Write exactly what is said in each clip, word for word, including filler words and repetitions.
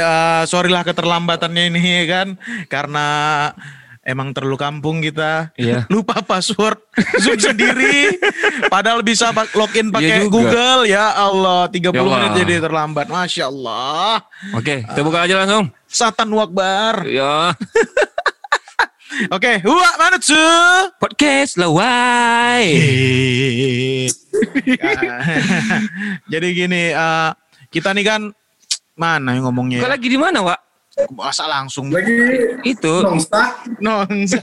uh, sorry lah keterlambatannya ini ya kan. Karena emang terlalu kampung kita. Iya. Lupa password Zoom sendiri. Padahal bisa login pakai Iya juga. Google. Ya Allah, tiga puluh Ya menit Allah. jadi terlambat. Masya Allah. Oke, kita buka aja langsung. Satan wakbar. Ya. Oke, huwa mana tuh? Podcast lawai. Jadi gini, uh, kita nih kan mana yang ngomongnya? Kau lagi di mana, Wak? Masa langsung Lagi Itu. nongsa. nongsa.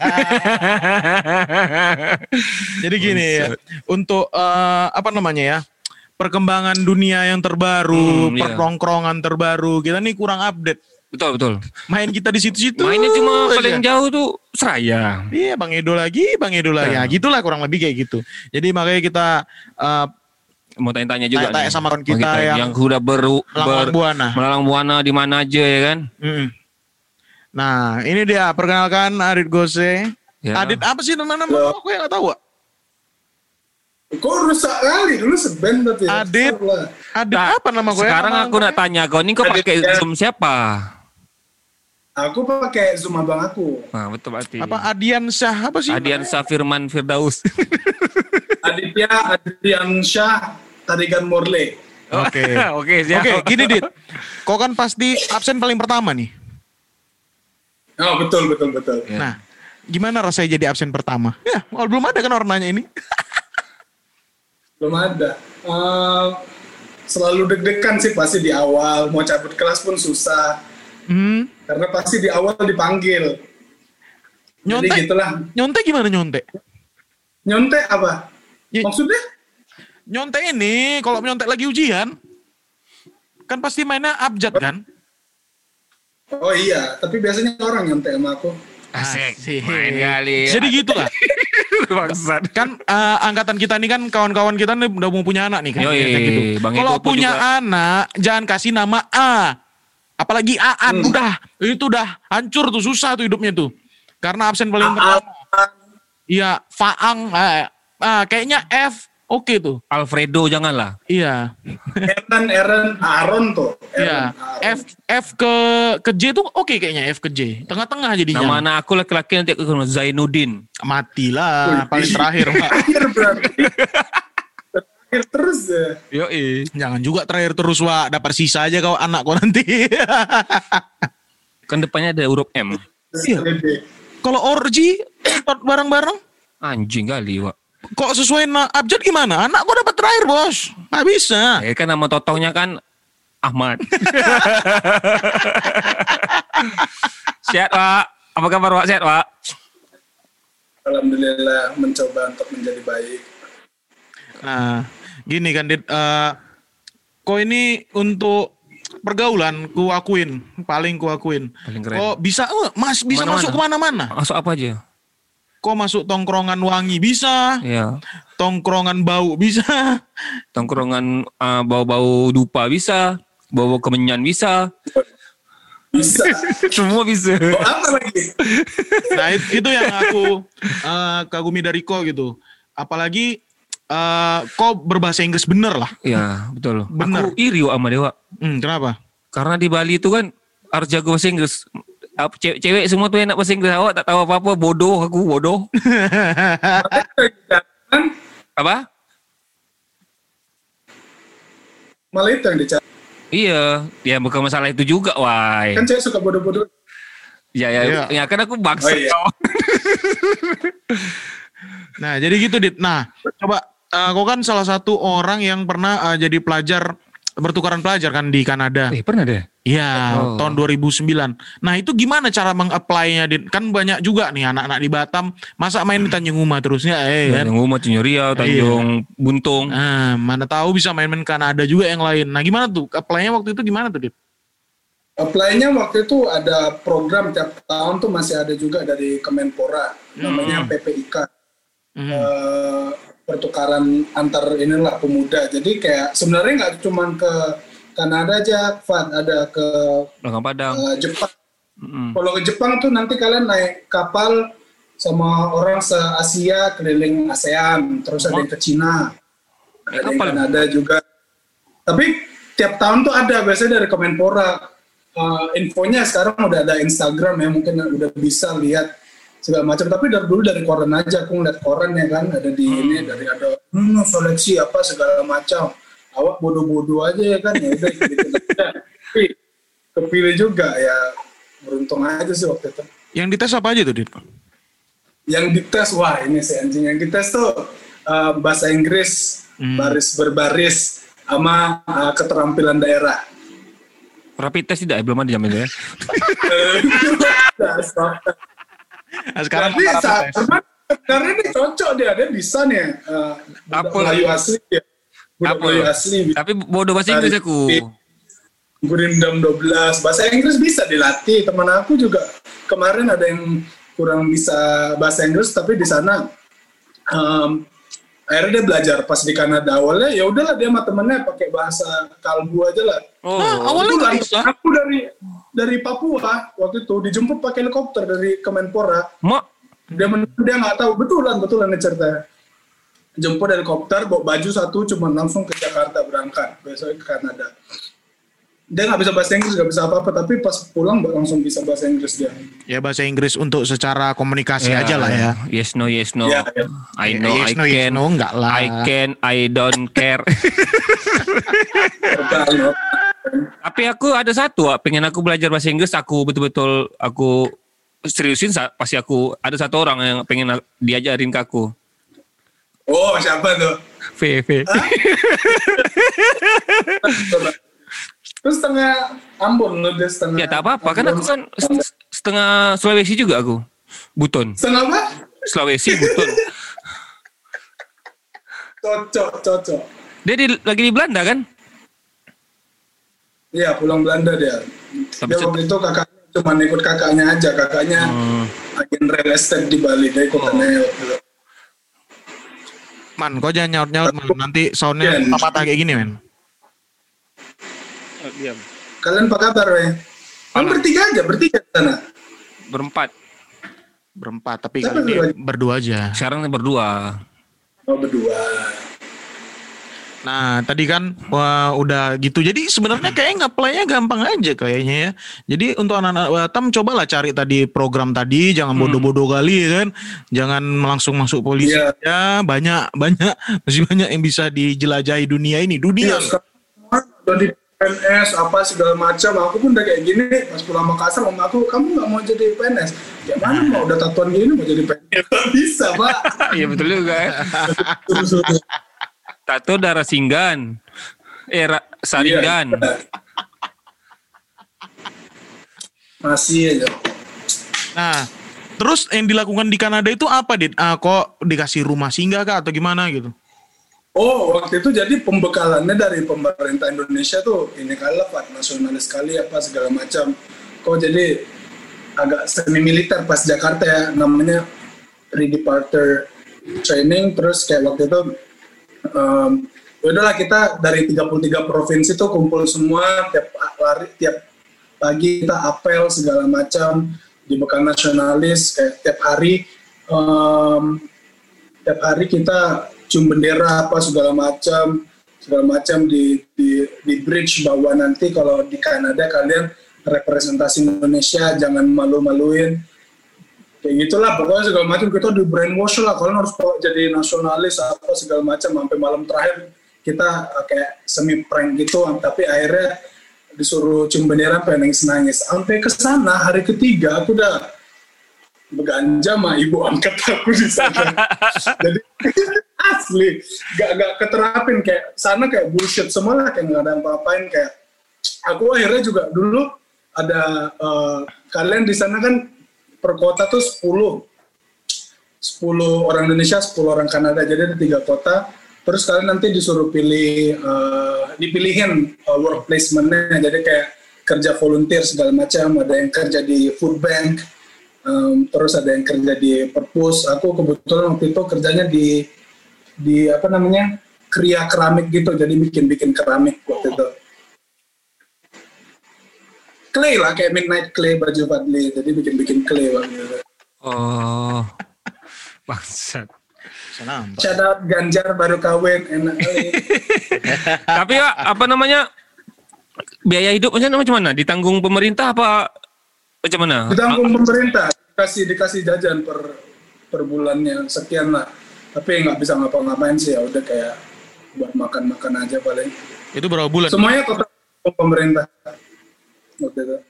Jadi gini ya, untuk uh, apa namanya ya? Perkembangan dunia yang terbaru, Hmm, iya. pertongkrongan terbaru, kita nih kurang update. Betul, betul. Main kita di situ-situ. Mainnya cuma aja. paling jauh tuh Seraya. Iya, Bang Edo lagi, Bang Edo lagi. Ya. Nah, gitulah kurang lebih kayak gitu. Jadi makanya kita uh, Mau tanya-tanya juga Tanya-tanya nih. sama kawan kita yang- yang sudah beru, Melalang ber, Buana. melalang buana di mana aja ya kan? Mm. Nah, ini dia perkenalkan Adit Gose. Ya. Adit apa sih nama-nama? Aku yang nggak tahu. Wak. Kok rusak kali dulu seband tapi. Adit. Salah. Adit Nah, apa nama gue? sekarang Nama aku nak tanya kau ini kau Adit, pakai ya. Zoom siapa? Aku pakai Zoom abang aku. Nah, betul berarti. apa Adian Syah apa sih? Adiansa Firman Firdaus. Aditya Adrian Syah Tarigan Morle. Oke. Oke, siap. Oke, gini Dit. Kau kan pasti absen paling pertama nih. Oh betul betul betul. Ya. Nah, gimana rasanya jadi absen pertama? Ya, oh, belum ada kan orang nanya ini. Belum ada. Eh, selalu deg-degan sih pasti di awal. Mau cabut kelas pun susah. Hmm. Karena pasti di awal dipanggil. Jadi Nyontek, gitulah. nyontek gimana nyontek? Nyontek apa? Ya- Maksudnya? Nyontek ini kalau nyontek lagi ujian, kan pasti mainnya abjad kan? Oh iya, tapi biasanya orang nyontek sama aku. Asik. Asik. Main kali. Jadi gitu lah. Bangsat. Kan eh, angkatan kita nih kan kawan-kawan kita nih udah mau punya anak nih kan. Yoi, kayak gitu. Bang Kalau Eko pun punya juga. anak jangan kasih nama A. Apalagi Aan Hmm. udah itu udah hancur tuh susah tuh hidupnya tuh. Karena absen paling A- pertama. Iya, Faang eh, ah, kayaknya F oke tuh. Alfredo janganlah. Iya. Aaron, Aaron, Aaron tuh. Iya. Aaron, Aaron. F F ke ke J tuh oke kayaknya F ke J. Tengah-tengah jadinya. Nama anak aku laki-laki nanti aku kenal Zainuddin. Matilah paling terakhir, Pak. Terakhir berarti. Terakhir terus ya. Yoi. Jangan juga terakhir terus, Wak. Dapat sisa aja kau anak kau nanti. Kan depannya ada huruf M. Iya. Kalau orgi bareng-bareng, Anjing kali, Wak. kok sesuai na- abjad gimana? Anak gua dapat terakhir, Bos. Nggak bisa. Ya kan nama totonya kan Ahmad. Sehat, Wak. Apa kabar, Wak? Sehat, Wak? Alhamdulillah mencoba untuk menjadi baik. Nah, gini kan, Dit. Eh, kok ini untuk pergaulan ku akuin, paling ku akuin. Paling keren. Kok bisa, eh, mas bisa Kemana-mana. masuk kemana-mana. Masuk apa aja? Kok masuk tongkrongan wangi bisa, Ya. tongkrongan bau bisa. Tongkrongan uh, bau-bau dupa bisa, bau-bau kemenyan bisa. Bisa. Semua bisa. Oh, apa lagi? Nah it- itu yang aku eh, kagumi dari kok gitu. Apalagi eh, kok berbahasa Inggris bener lah. Ya, betul. Bener. Aku iri Wak, sama Dewa. Hmm, kenapa? Karena di Bali itu kan harus jago bahasa Inggris. Ap- Cewek, cewek semua tuh enak bahasa Inggris. Awak tak tahu apa-apa. Bodoh aku, bodoh. Kan Apa? malah itu yang dicari. Iya. Ya bukan masalah itu juga, Wai. Kan cewek suka bodoh-bodoh. Ya, ya, Iya. ya kan aku bangsa. Oh, iya. Nah jadi gitu Dit. Nah coba eh, kau kan salah satu orang yang pernah eh, jadi pelajar bertukaran pelajar kan di Kanada. Eh, pernah deh. Iya, Oh. tahun dua ribu sembilan. Nah, itu gimana cara meng-apply-nya, Dit? Kan banyak juga nih anak-anak di Batam, masa main di Tanjung Uma terusnya, eh kan? Tanjung Uma, Tanjung Riau, Tanjung Buntung. Nah, mana tahu bisa main-main Kanada juga yang lain. Nah, gimana tuh? Apply-nya waktu itu gimana tuh, Dit? Apply-nya waktu itu ada program tiap tahun tuh masih ada juga dari Kemenpora, namanya P P I K. Hmm. Eh, pertukaran antar inilah pemuda. Jadi kayak sebenarnya nggak cuma ke Kanada aja, Fat, ada ke Langgang Padang. eh, Jepang. Mm-mm. Kalau ke Jepang tuh nanti kalian naik kapal sama orang se-Asia keliling ASEAN, terus ada yang ke Cina, ada yang kapal? Kanada juga. Tapi tiap tahun tuh ada, biasanya dari Kemenpora uh, infonya sekarang udah ada Instagram ya, mungkin udah bisa lihat segala macam. Tapi dari dulu dari koran aja, aku ngeliat koran ya kan, ada di hmm. ini dari ada hmm, seleksi apa segala macam. Awak bodoh-bodoh aja ya kan, ya udah gitu. Tapi kepilih juga ya, beruntung aja sih waktu itu. Yang dites apa aja tuh, Dit? Yang dites, wah ini sih anjing. Yang dites tuh uh, bahasa Inggris, hmm. baris berbaris, sama uh, keterampilan daerah. Rapid test tidak, belum ada jam itu ya. Nah, sekarang jadi saat, karena ini cocok dia, dia bisa nih. Uh, Apa Melayu asli ya. Budak Melayu asli. Tapi bodoh bahasa Inggris aku. Gurindam dua belas. Bahasa Inggris bisa dilatih. Teman aku juga kemarin ada yang kurang bisa bahasa Inggris, tapi di sana um, akhirnya dia belajar pas di Kanada. Awalnya ya udahlah dia sama temennya pakai bahasa kalbu aja lah. Oh, nah, awalnya nggak bisa. Aku dari dari Papua waktu itu dijemput pakai helikopter dari Kemenpora. Mak, dia men- dia nggak tahu betulan betulan nih cerita. Jemput helikopter bawa baju satu cuma langsung ke Jakarta berangkat besok ke Kanada. Dia nggak bisa bahasa Inggris, nggak bisa apa-apa, tapi pas pulang langsung bisa bahasa Inggris dia. Ya bahasa Inggris untuk secara komunikasi ya, aja lah ya. Yes no yes no. Ya, ya. I know yes, I no, can. yes, no, enggak lah. I can I don't care. Tapi aku ada satu, pengen aku belajar bahasa Inggris, aku betul-betul aku seriusin pasti aku ada satu orang yang pengen diajarin ke aku. Oh, siapa tuh? V V. Terus setengah Ambon loh, dia setengah. Ya tak apa-apa, kan aku kan setengah Sulawesi juga aku. Buton. Setengah apa? Sulawesi, Buton. Cocok, cocok. Dia di, lagi di Belanda kan? Iya, pulang Belanda dia. Tapi dia waktu itu kakaknya cuma ikut kakaknya aja, kakaknya hmm. agen real estate di Bali, dia ikut aneh. Oh. Man, kau jangan nyaut-nyaut man, nanti soundnya yeah. patah kayak gini men. Oh, diam. Kalian apa kabar, Weh? Kan bertiga aja, bertiga di sana. Berempat. Berempat, tapi Siapa kali ini berdua aja. Sekarang berdua. Oh, berdua. Nah, tadi kan wah, udah gitu. Jadi sebenarnya kayaknya nge-play-nya gampang aja kayaknya ya. Jadi untuk anak-anak Batam cobalah cari tadi program tadi, jangan bodoh-bodoh kali kan. Jangan langsung masuk polisi yeah. ya. Banyak banyak masih banyak yang bisa dijelajahi dunia ini. Dunia. Iya, udah di P N S apa segala macam. Aku pun udah kayak gini pas pulang Makassar sama aku, kamu nggak mau jadi P N S? Ya mana mau udah tatuan gini mau jadi P N S? Gak bisa, Pak. Iya betul juga ya. Tato darah singgan. Eh, ra- saringan. Iya. Masih aja. Nah, terus yang dilakukan di Kanada itu apa, Dit? Ah, kok dikasih rumah singgah kah atau gimana gitu? Oh, waktu itu jadi pembekalannya dari pemerintah Indonesia tuh ini kali lah, Pak, nasionalis sekali apa segala macam. Kok jadi agak semi militer pas Jakarta ya, namanya pre-departure training. Terus kayak waktu itu Um, udahlah kita dari tiga puluh tiga provinsi tuh kumpul semua tiap lari tiap pagi kita apel segala macam di bekal nasionalis kayak tiap hari um, tiap hari kita cium bendera apa segala macam segala macam di di di bridge bahwa nanti kalau di Kanada kalian representasi Indonesia jangan malu-maluin. Kayak gitulah pokoknya segala macam kita di brainwash lah kalian harus jadi nasionalis apa segala macam sampai malam terakhir kita kayak semi prank gitu tapi akhirnya disuruh cium bendera sampai nangis-nangis sampai ke sana hari ketiga aku udah berganja sama ibu angkat aku di sana jadi asli gak gak keterapin kayak sana kayak bullshit semua lah kayak nggak ada apa-apain kayak aku akhirnya juga dulu ada uh, kalian di sana kan per kota tuh sepuluh orang Indonesia, sepuluh orang Kanada, jadi ada tiga kota. Terus kalian nanti disuruh pilih, uh, dipilihin uh, work placement-nya, jadi kayak kerja volunteer segala macam. Ada yang kerja di food bank, um, terus ada yang kerja di perpus. Aku kebetulan waktu itu kerjanya di di apa namanya kriya keramik gitu, jadi bikin-bikin keramik waktu itu. Clay lah, kayak Midnight Clay baju Fadli, jadi bikin-bikin clay waktu itu. Oh, bangsat. Shout out Ganjar baru kawin, enak kali. Tapi ya, apa namanya, biaya hidup macam mana? Ditanggung pemerintah apa macam mana? Ditanggung pemerintah, dikasih dikasih jajan per per bulannya sekian lah. Tapi nggak bisa ngapa-ngapain sih, ya udah kayak buat makan-makan aja paling. Itu berapa bulan? Semuanya total pemerintah waktu itu.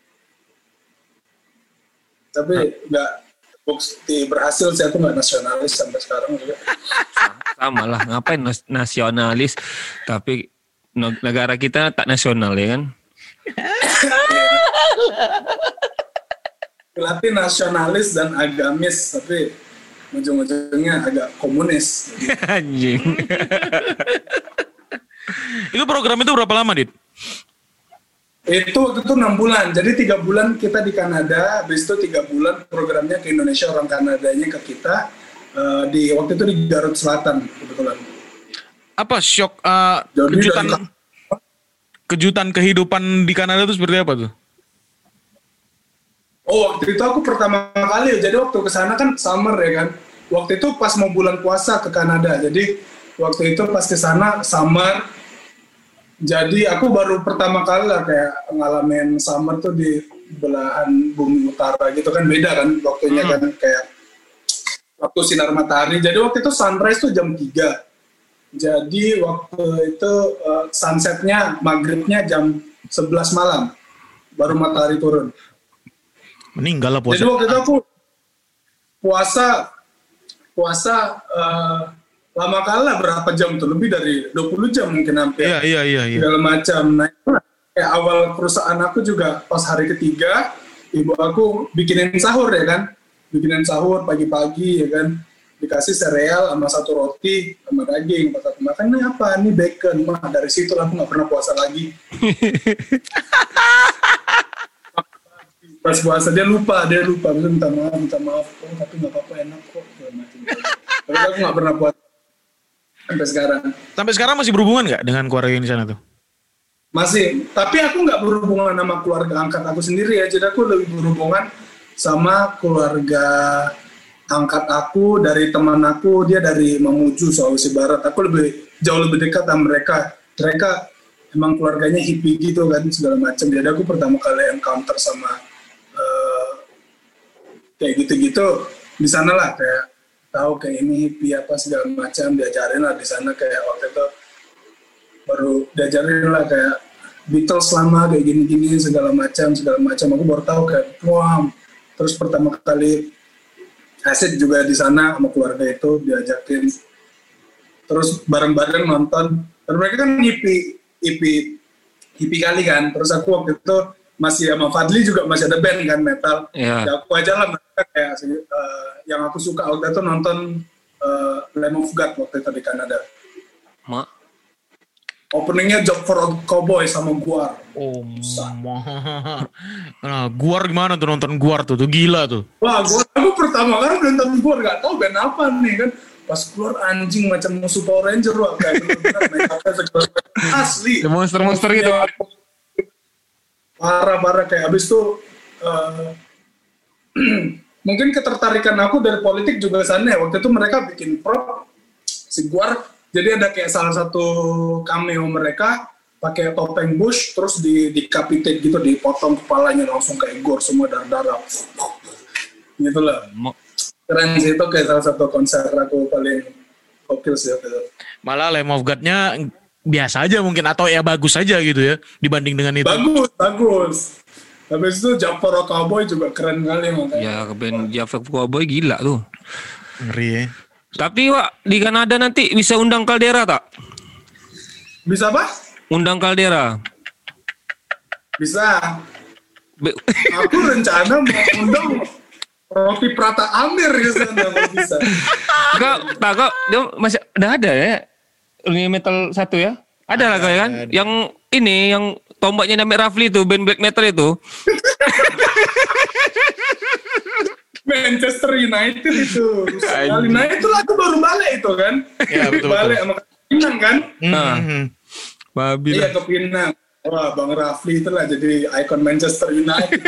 Tapi nggak bukti berhasil sih, aku nggak nasionalis sampai sekarang juga. Sama lah, ngapain nasionalis tapi negara kita tak nasional ya kan? Berarti nasionalis dan agamis, tapi ujung-ujungnya agak komunis. Anjing. Itu program itu berapa lama, Dit? Itu waktu itu enam bulan, jadi tiga bulan kita di Kanada, habis itu tiga bulan programnya ke Indonesia, orang Kanadanya ke kita, uh, di waktu itu di Garut Selatan kebetulan. Apa shock uh, Jadi kejutan dari- kejutan kehidupan di Kanada itu seperti apa tuh? Oh, waktu itu aku pertama kali, jadi waktu ke sana kan summer ya kan. Waktu itu pas mau bulan puasa ke Kanada, jadi waktu itu pas ke sana summer. Jadi aku baru pertama kali lah kayak ngalamin summer tuh di belahan bumi utara gitu kan, beda kan waktunya Hmm. kan kayak waktu sinar matahari. Jadi waktu itu sunrise tuh jam tiga. Jadi waktu itu uh, sunsetnya, maghribnya jam sebelas malam, baru matahari turun. Meninggal lah puasa. Jadi waktu itu aku puasa puasa uh, lama kali lah, berapa jam tuh, lebih dari dua puluh jam mungkin hampir. Iya, iya, iya, iya. Segala macam. Nah, itu lah. Kayak awal perusahaan aku juga pas hari ketiga, ibu aku bikinin sahur ya kan, bikinin sahur pagi-pagi ya kan, dikasih sereal sama satu roti sama daging. Pas aku makan, ini apa? Ini bacon. Mah dari situ lah aku nggak pernah puasa lagi. Pas puasa dia lupa, dia lupa, dia minta maaf, minta maaf, oh, tapi nggak apa-apa, enak kok, segala macam. Tapi aku nggak pernah puasa sampai sekarang. Sampai sekarang masih berhubungan nggak dengan keluarga yang di sana tuh? Masih, tapi aku nggak berhubungan sama keluarga angkat aku sendiri ya, jadi aku lebih berhubungan sama keluarga angkat aku dari teman aku, dia dari Mamuju, Sulawesi Barat. Aku lebih jauh lebih dekat sama mereka. Mereka emang keluarganya hippie gitu kan, segala macam. Jadi aku pertama kali encounter sama uh, kayak gitu-gitu di sana lah, kayak tahu kayak ini hippie apa segala macam, diajarin lah di sana. Kayak waktu itu baru diajarin lah kayak Beatles lama kayak gini-gini segala macam segala macam. Aku baru tahu kayak wah. Terus pertama kali Acid juga di sana sama keluarga itu diajakin. Terus bareng-bareng nonton. Dan mereka kan hippie hippie hippie kali kan. Terus aku waktu itu masih sama Fadli juga masih ada band kan metal. Iya. Ya aku aja lah mereka kayak uh, yang aku suka waktu itu nonton uh, Lamb of God waktu itu di Kanada. Mak. Openingnya Job for a Cowboy sama Guar. Oh, mah. Nah, Guar gimana tuh nonton Guar tuh? Tuh gila tuh. Wah, Guar aku pertama kali nonton Guar, gak tahu band apa nih kan. Pas keluar anjing macam musuh Power Ranger, wah kayak bener-bener make up-nya segala asli. Monster-monster gitu. Parah-parah kayak abis tuh uh, mungkin ketertarikan aku dari politik juga sana ya. Waktu itu mereka bikin prop si Guar. Jadi ada kayak salah satu cameo mereka pakai topeng Bush, terus di decapitate gitu, dipotong kepalanya langsung kayak gore semua darah-darah. Gitu lah. Keren sih, itu kayak salah satu konser aku paling gokil sih gitu. Malah Lamb of God-nya biasa aja mungkin, atau ya bagus aja gitu ya dibanding dengan itu. Bagus, bagus. Habis itu Jump for a Cowboy juga keren kali makanya. Ya, band Jafar Cowboy gila tuh. Ngeri ya. Tapi Wak, di Kanada nanti bisa undang Caldera tak? Bisa apa? Undang Caldera. Bisa. Be- Aku rencana mau undang Roti Prata Amir di sana kalau bisa. Kak, tak kak, dia masih udah ada ya? Ini metal satu ya? Ada lah kak kan? ada. Yang ini, yang tombaknya namanya Rafli itu, band black metal itu. Manchester United itu. Kali nah itu aku baru balik itu kan. Ya, betul, balik sama Pinang kan. Nah, Hmm. babi Iya lah. ke Pinang. Wah Bang Rafli itu lah jadi ikon Manchester United.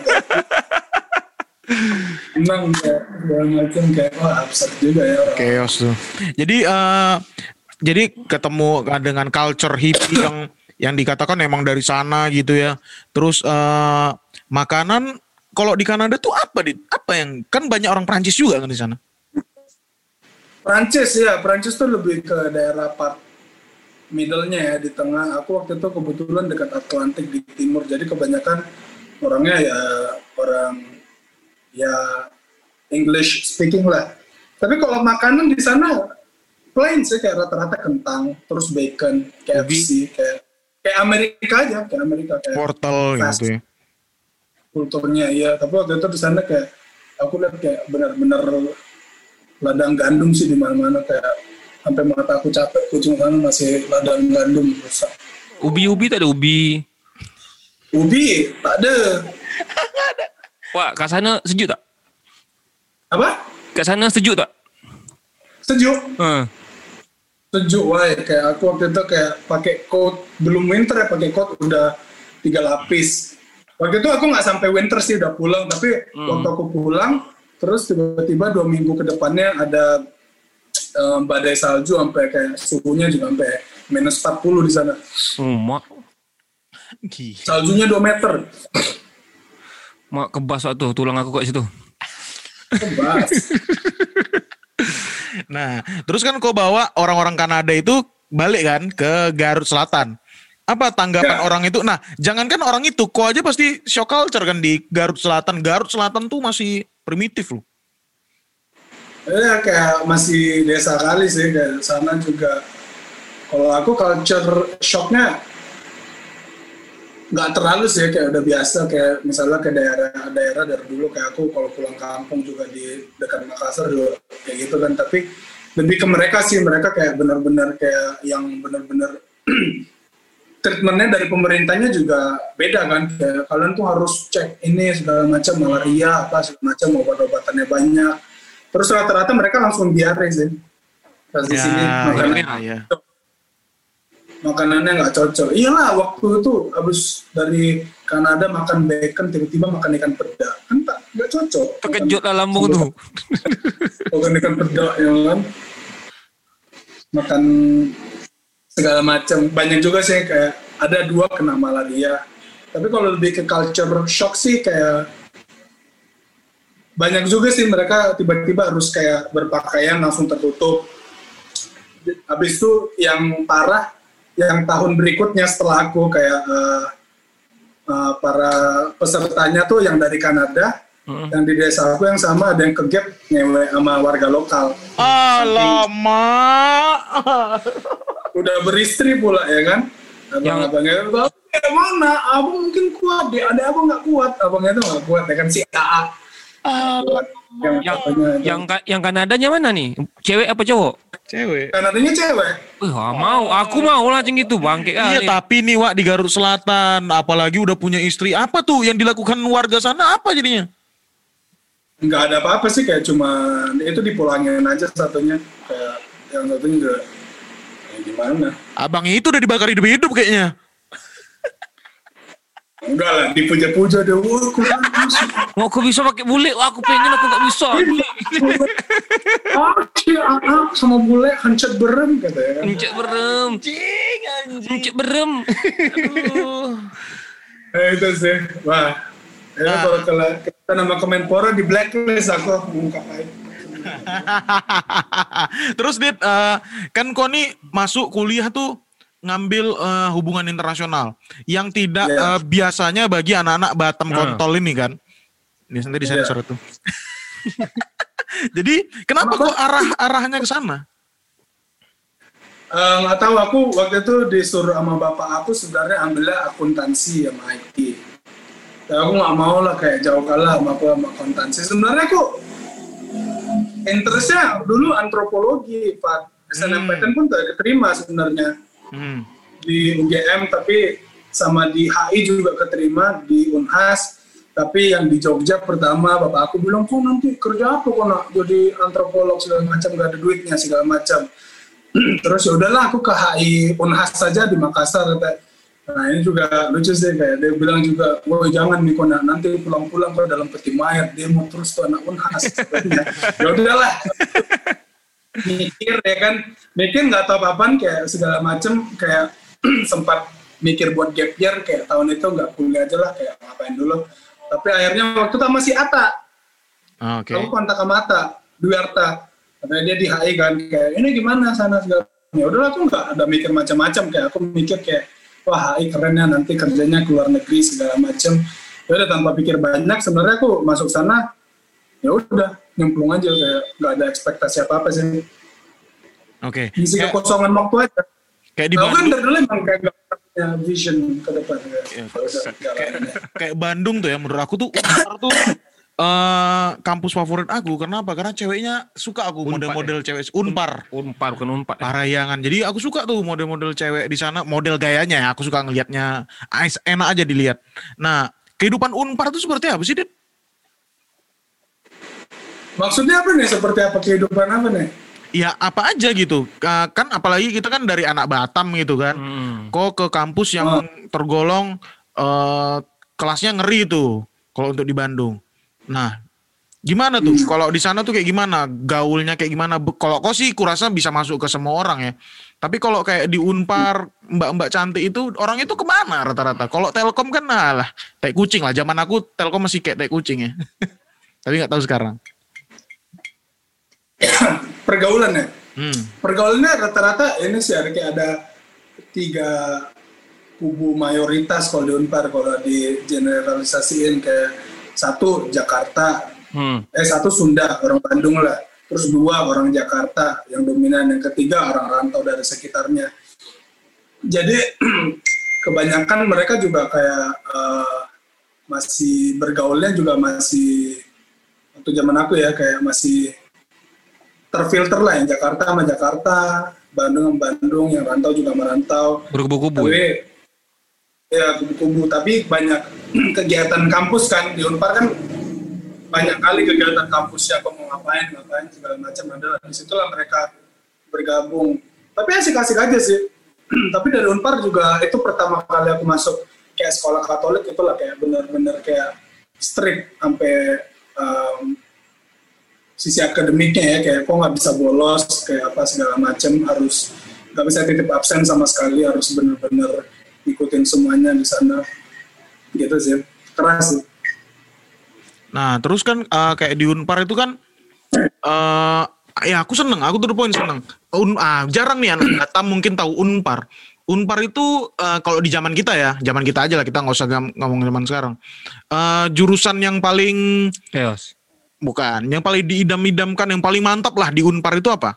Pinang kayak segala macam kayak wah absurd juga ya orang. Chaos tuh. Jadi eh jadi ketemu dengan culture hippie yang yang dikatakan emang dari sana gitu ya. Terus uh, makanan kalau di Kanada tuh apa di apa yang kan banyak orang Prancis juga kan di sana. Prancis ya, Prancis tuh lebih ke daerah part middle-nya ya, di tengah. Aku waktu itu kebetulan dekat Atlantik di timur, jadi kebanyakan orangnya ya orang ya English speaking lah. Tapi kalau makanan di sana plain sih, kayak rata-rata kentang, terus bacon, K F C, kayak kayak Amerika aja, kayak Amerika kayak wortel gitu ya. Kulturnya iya, tapi waktu itu di sana kayak aku lihat kayak benar-benar ladang gandum sih di mana-mana, kayak sampai mata aku capek, kucing sana masih ladang gandum rusak. Ubi-ubi tak ada ubi. Ubi tak ada. Wah, kat sana sejuk tak? Apa? Kat sana sejuk tak? Sejuk. Ha. Sejuk, wah. Kayak aku waktu itu kayak pakai coat, belum winter ya, pakai coat udah tiga lapis. Waktu itu aku nggak sampai winter sih, udah pulang. Tapi hmm. waktu aku pulang, terus tiba-tiba dua minggu ke depannya ada um, badai salju sampai kayak suhunya juga sampai minus empat puluh di sana. Oh, mak. Saljunya dua meter. Mak kebas waktu tulang aku kat situ. Kebas. Nah, terus kan kau bawa orang-orang Kanada itu balik kan ke Garut Selatan. Apa tanggapan ya. Orang itu? Nah, jangankan orang itu, kau aja pasti shock culture kan di Garut Selatan. Garut Selatan tuh masih primitif loh. Ya kayak masih desa kali sih, kayak sana juga. Kalau aku culture shocknya nggak terlalu sih, kayak udah biasa, kayak misalnya ke daerah-daerah dari dulu kayak aku kalau pulang kampung juga di dekat Makassar juga kayak gitu kan, tapi lebih ke mereka sih, mereka kayak benar-benar kayak yang benar-benar treatmentnya dari pemerintahnya juga beda kan, kayak kalian tuh harus cek ini segala macam, malaria apa segala macam, obat-obatannya banyak, terus rata-rata mereka langsung biarin sih pas di ya, sini makanannya ya, ya. makanannya nggak cocok. Iyalah waktu itu abis dari Kanada makan bacon, tiba-tiba makan ikan peda, kan tak nggak cocok. Terkejut lah lambung tuh. Makan ikan peda ya kan, makan segala macam. Banyak juga sih kayak ada dua kena malaria. Tapi kalau lebih ke culture shock sih kayak banyak juga sih mereka tiba-tiba harus kayak berpakaian langsung tertutup. Habis itu yang parah, yang tahun berikutnya setelah aku kayak uh, uh, para pesertanya tuh yang dari Kanada, hmm. yang di desa aku yang sama ada yang kegep ngewe sama warga lokal. Alamak. Udah beristri pula ya kan. Abang-abangnya bilang, eh mana? Abang mungkin kuat deh, ada abang nggak kuat. Abangnya tuh nggak kuat ya kan, si A A. Uh, yang yang, yang yang Kanadanya mana nih? Cewek apa cowok? Cewek. Kanadanya cewek. Wah, mau, aku mau lah ceng gitu bangke. Iya, ah, tapi nih Wak di Garut Selatan, apalagi udah punya istri, apa tuh yang dilakukan warga sana apa jadinya? Nggak ada apa-apa sih, kayak cuma itu dipulangin aja satunya, kayak yang satunya juga kayak gimana? Abang itu udah dibakar hidup-hidup kayaknya. Enggak lah, dipuja-puja deh. Wah, aku bisa. Mau aku bisa pakai bule, wah aku pengen aku nggak bisa. Ah, si anak sama bule hancet berem katanya. Hancet berem. Anjing, anjing. Hancet berem. Aduh. Eh, itu sih. Wah. Ya, nah. Kalau kita nama Kemenpora di blacklist aku mengungkapkan. Terus Dit, uh, kan kau nih masuk kuliah tuh ngambil uh, hubungan internasional yang tidak yeah. uh, biasanya bagi anak-anak Batam nah. kontol ini kan. Ini nanti disensor yeah. tuh. Jadi kenapa kok arah-arahnya ke sana? Nggak uh, tahu, aku waktu itu disuruh sama bapak aku sebenarnya ambilnya akuntansi sama I T. Ya, aku nggak mau lah kayak jauh kalah sama aku sama akuntansi. Sebenarnya aku interestnya dulu antropologi, Pak. S N M P T N pun tak keterima sebenarnya. Hmm. Di U G M, tapi sama di H I juga keterima, di Unhas, tapi yang di Jogja pertama bapak aku bilang, kok nanti kerja apa kok nak jadi antropolog segala macam, gak ada duitnya segala macam. Terus ya udahlah aku ke H I Unhas saja di Makassar. Nah ini juga lucu sih, kayak dia bilang juga, woi jangan nih kok nak, nanti pulang-pulang kok dalam peti mayat dia mau terus tuh anak Unhas. Ya udahlah. Mikir ya kan, mikir nggak tahu apa-apaan kayak segala macem, kayak sempat mikir buat gap year kayak tahun itu nggak kuliah aja lah kayak ngapain dulu. Tapi akhirnya waktu itu masih Atta. Oke. Okay. Aku kontak sama Atta, Dwi Arta. Katanya dia di H I kan kayak ini gimana sana segala. Ya udahlah tuh nggak ada mikir macam-macam kayak aku mikir kayak wah H I keren ya nanti kerjanya keluar negeri segala macam. Ya udah tanpa pikir banyak sebenarnya aku masuk sana ya udah nyemplung aja kayak nggak ada ekspektasi apa apa sih. Oke. Okay. Isi kayak, kekosongan waktu aja. Kayak di Aku Bandung. kan dari dulu emang kayak gak punya vision ke depan. Ya, kayak, kayak Bandung tuh ya menurut aku tuh Unpar tuh uh, kampus favorit aku. Kenapa? Karena ceweknya suka aku Unpar, model-model ya? cewek Unpar. Unpar bukan Unpar. Parahyangan. Jadi aku suka tuh model-model cewek di sana, model gayanya ya. Aku suka ngelihatnya enak aja dilihat. Nah, kehidupan Unpar tuh seperti apa sih, Dit? Maksudnya apa nih? Seperti apa kehidupan apa nih? Ya apa aja gitu. Kan apalagi kita kan dari anak Batam gitu kan. Hmm. Kok ke kampus yang oh. tergolong uh, kelasnya ngeri tuh kalau untuk di Bandung. Nah, gimana tuh? Hmm. Kalau di sana tuh kayak gimana? Gaulnya kayak gimana? Kalau kau sih kurasa bisa masuk ke semua orang ya. Tapi kalau kayak di Unpar, mbak-mbak cantik itu orang itu kemana rata-rata? Kalau Telkom kan nah lah, tai kucing lah. Zaman aku Telkom masih kayak tai kucing ya. Tapi nggak tahu sekarang. Pergaulan ya? Hmm. Pergaulannya rata-rata ini sih ada kayak ada tiga kubu mayoritas kalau di Unpar, kalau di generalisasiin kayak satu Jakarta, hmm. eh satu Sunda, orang Bandung lah, terus dua orang Jakarta yang dominan, yang ketiga orang rantau dari sekitarnya. Jadi kebanyakan mereka juga kayak uh, masih bergaulnya juga masih waktu zaman aku ya kayak masih terfilter lah yang Jakarta sama Jakarta, Bandung sama Bandung, yang rantau juga merantau. Berkubu-kubu. Tapi, ya kubu-kubu. Tapi banyak kegiatan kampus kan di Unpar kan banyak kali kegiatan kampus siapa mau ngapain, ngapain segala macam ada. Disitulah mereka bergabung. Tapi asik-asik aja sih. Tapi dari Unpar juga itu pertama kali aku masuk kayak sekolah Katolik itulah kayak benar-benar kayak strict sampai um, sisi akademiknya ya kayak kok nggak bisa bolos kayak apa segala macam, harus nggak bisa titip absen sama sekali, harus benar-benar ikutin semuanya di sana gitu sih, keras sih. Nah terus kan uh, kayak di Unpar itu kan uh, ya aku seneng, aku tuh poin seneng. Un, ah, jarang nih anak Batam mungkin tahu Unpar. Unpar itu uh, kalau di zaman kita ya, zaman kita aja lah, kita nggak usah ngomong zaman sekarang. Uh, jurusan yang paling chaos. Bukan, yang paling diidam-idamkan, yang paling mantap lah di Unpar itu apa?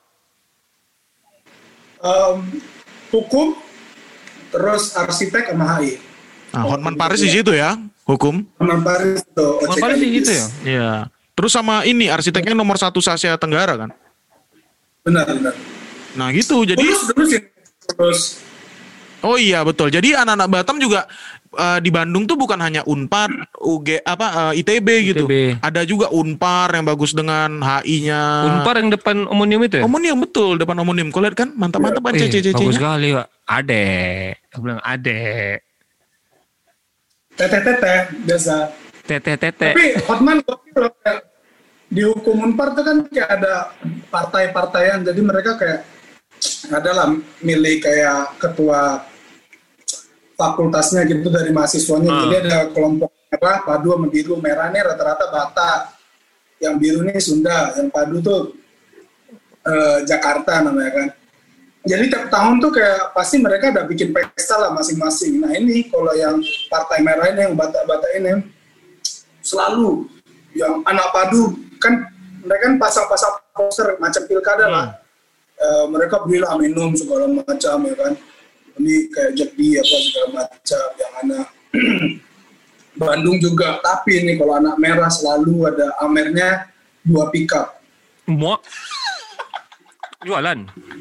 Um, hukum, terus arsitek sama H I. Nah, Hotman Paris di situ ya, hukum. Hotman Paris itu. Hotman Paris di situ ya? Iya. Terus sama ini arsiteknya nomor satu se-Asia Tenggara kan? Benar, benar. Nah gitu, jadi. Terus, terus, terus. Oh iya betul. Jadi anak-anak Batam juga uh, di Bandung tuh bukan hanya Unpar, U G apa uh, I T B gitu. I T B. Ada juga Unpar yang bagus dengan H I-nya. Unpar yang depan Omonium itu ya? Omonium betul, depan Omonium. Kau lihat kan? Mantap-mantap kan eh, C C C-nya. Bagus sekali, Pak. Adek. Aku bilang adek. Tete-tete biasa. Tete-tete. Tapi Hotman gokil di hukum Unpar tuh kan kayak ada partai-partaian, jadi mereka kayak adalah milih kayak ketua fakultasnya gitu dari mahasiswanya. Hmm. Jadi ada kelompok merah, padu sama biru. Merah nih rata-rata Batak, yang biru nih Sunda, yang padu tuh uh, Jakarta namanya kan. Jadi tiap tahun tuh kayak pasti mereka ada bikin pesta lah masing-masing. Nah ini kalau yang partai merah ini, yang Batak-Batak ini selalu yang anak padu kan mereka kan pasang-pasang poster macam pilkada lah. Hmm. Uh, mereka belilah minum segala macam ya kan. Ini kayak Jack D apa segala macam yang anak Bandung juga. Tapi ini kalau anak merah selalu ada amernya dua pickup. Muak. Jualan.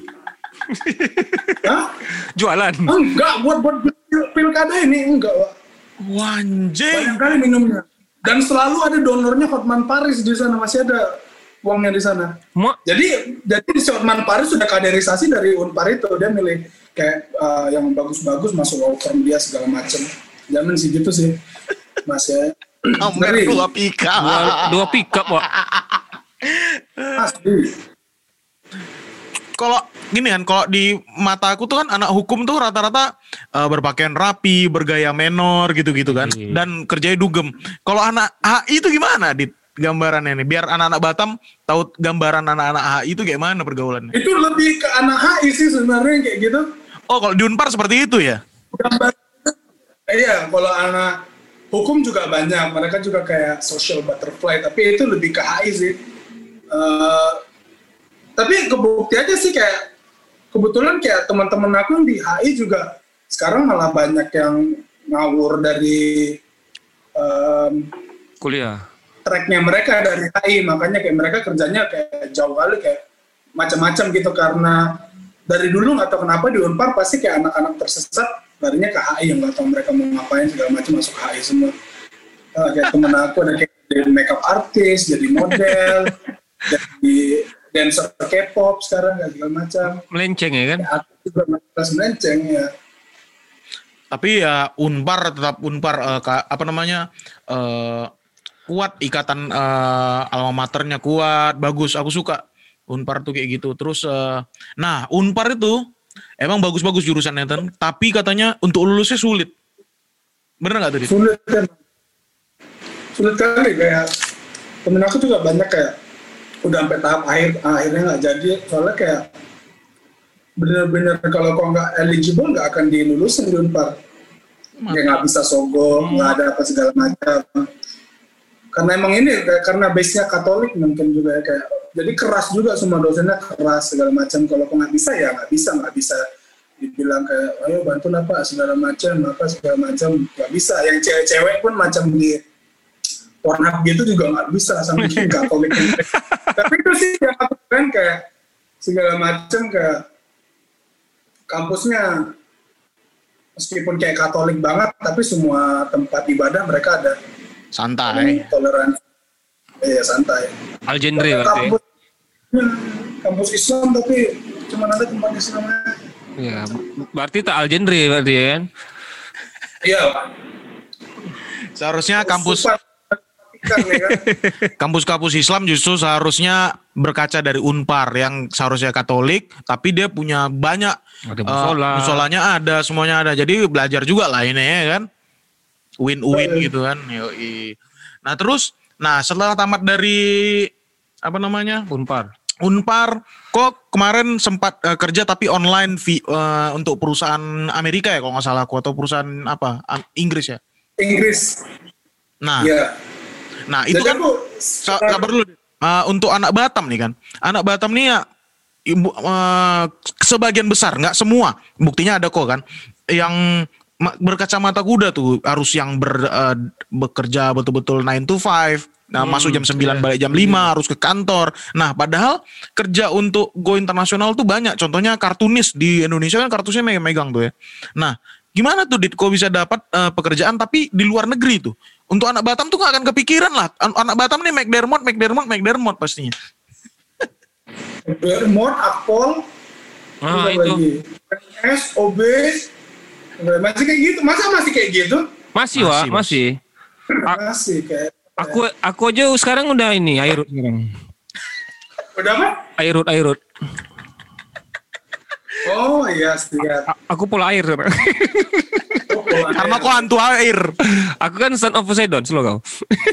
Hah? Jualan. Enggak, buat buat pilkada ini enggak, Wak. Wanjay. Banyak kali minumnya. Dan selalu ada donornya Hotman Paris di sana, masih ada uangnya di sana. Muak. Jadi jadi si Hotman Paris sudah kaderisasi dari Unpar itu, dia milih kayak uh, yang bagus-bagus masuk law firm dia segala macam. Jangan sih gitu sih. Mas ya. Amer dua pickup. Dua, dua pickup, Wak. Asli. kalau gini kan, kalau di mata aku tuh kan anak hukum tuh rata-rata uh, berpakaian rapi, bergaya menor gitu-gitu kan, Hmm. dan kerjanya dugem. Kalau anak H I itu gimana, Dit? Gambarannya nih, biar anak-anak Batam tahu gambaran anak-anak H I itu kayak mana pergaulannya. Itu lebih ke anak H I sih sebenarnya kayak gitu. Oh, kalau di Unpar seperti itu ya? Gambar. Iya, kalau anak hukum juga banyak, mereka juga kayak social butterfly, tapi itu lebih ke H I sih. Uh, tapi kebukti aja sih kayak kebetulan kayak teman-teman aku yang di H I juga sekarang malah banyak yang ngawur dari um, Kuliah. tracknya mereka dari H I, makanya kayak mereka kerjanya kayak jauh kali kayak macam-macam gitu, karena dari dulu nggak tahu kenapa di Unpar pasti kayak anak-anak tersesat larinya ke H I yang nggak tahu mereka mau ngapain segala macam masuk H I semua. Uh, kayak temen aku ada kayak jadi makeup artist, jadi model, jadi dancer K-pop sekarang kayak segala macam. Melenceng ya kan? Ya, aku juga kelas melenceng ya. Tapi ya Unpar tetap Unpar, uh, ka- apa namanya, uh, kuat ikatan uh, alma maternya kuat, bagus. Aku suka Unpar tuh kayak gitu. Terus, uh, nah Unpar itu emang bagus-bagus jurusannya kan, tapi katanya untuk lulusnya sulit. Bener nggak tuh, Dit? Sulit kan, sulit kali kayak temen aku juga banyak kayak udah sampai tahap akhir akhirnya nggak jadi, soalnya kayak bener-bener kalau kau nggak eligible nggak akan dilulusin di Unpar. Ya nggak bisa sogo, nggak ada apa segala macam. Karena emang ini kayak, karena base-nya Katolik mungkin juga ya, kayak jadi keras juga, semua dosennya keras segala macam. Kalau kau nggak bisa ya nggak bisa, nggak bisa dibilang kayak ayo bantulah Pak segala macam apa segala macam, nggak bisa. Yang cewek-cewek pun macam di Pornhub gitu juga nggak bisa sama di Katolik. Tapi itu sih yang aku kan kayak segala macam kayak kampusnya meskipun kayak Katolik banget, tapi semua tempat ibadah mereka ada Santai. toleransi, ya santai. Aljendre berarti. Kampus, hmm, kampus Islam tapi cuma ada tempat Islamnya. Ya, berarti tak aljendre berarti ya kan? Iya. Seharusnya kampus Super, kan, ya kan? kampus-kampus Islam justru seharusnya berkaca dari Unpar yang seharusnya Katolik, tapi dia punya banyak Ada uh, musola. musolanya ada, semuanya ada. Jadi belajar juga lah ini ya kan. Win-win gitu kan. Yoi. Nah, terus nah setelah tamat dari apa namanya? Unpar. Unpar, kok kemarin sempat uh, kerja tapi online vi, uh, untuk perusahaan Amerika ya kalau nggak salah aku, atau perusahaan apa? Am- Inggris ya. Inggris. Nah, Iya. nah itu Jadi kan aku Sa- sabar dulu. Uh, untuk anak Batam nih kan. Anak Batam nih ya ibu, uh, sebagian besar, nggak semua. Buktinya ada kok kan. Yang ma- berkacamata kuda tuh harus yang ber, uh, bekerja betul-betul nine to five. Nah, Hmm, masuk jam sembilan iya. balik jam lima, harus ke kantor. Nah, padahal kerja untuk go internasional tuh banyak. Contohnya kartunis di Indonesia kan kartusnya megang tuh ya. Nah, gimana tuh Dit kok bisa dapat uh, pekerjaan tapi di luar negeri tuh? Untuk anak Batam tuh gak akan kepikiran lah. An- Anak Batam nih McDermott, McDermott, McDermott pastinya. Remote, Akpol, Ah, apa itu. lagi? S, O B, masih kayak gitu. Masa masih kayak gitu? Masih, Masih, Wak, masih. A- Masih kayak. Aku aku aja sekarang udah ini Airut sekarang. Udah apa? Airut Airut. Oh iya, siap. A- aku pola air sekarang. Oh, pola Karena air. kok hantu air. Aku kan son of Poseidon, slow kau.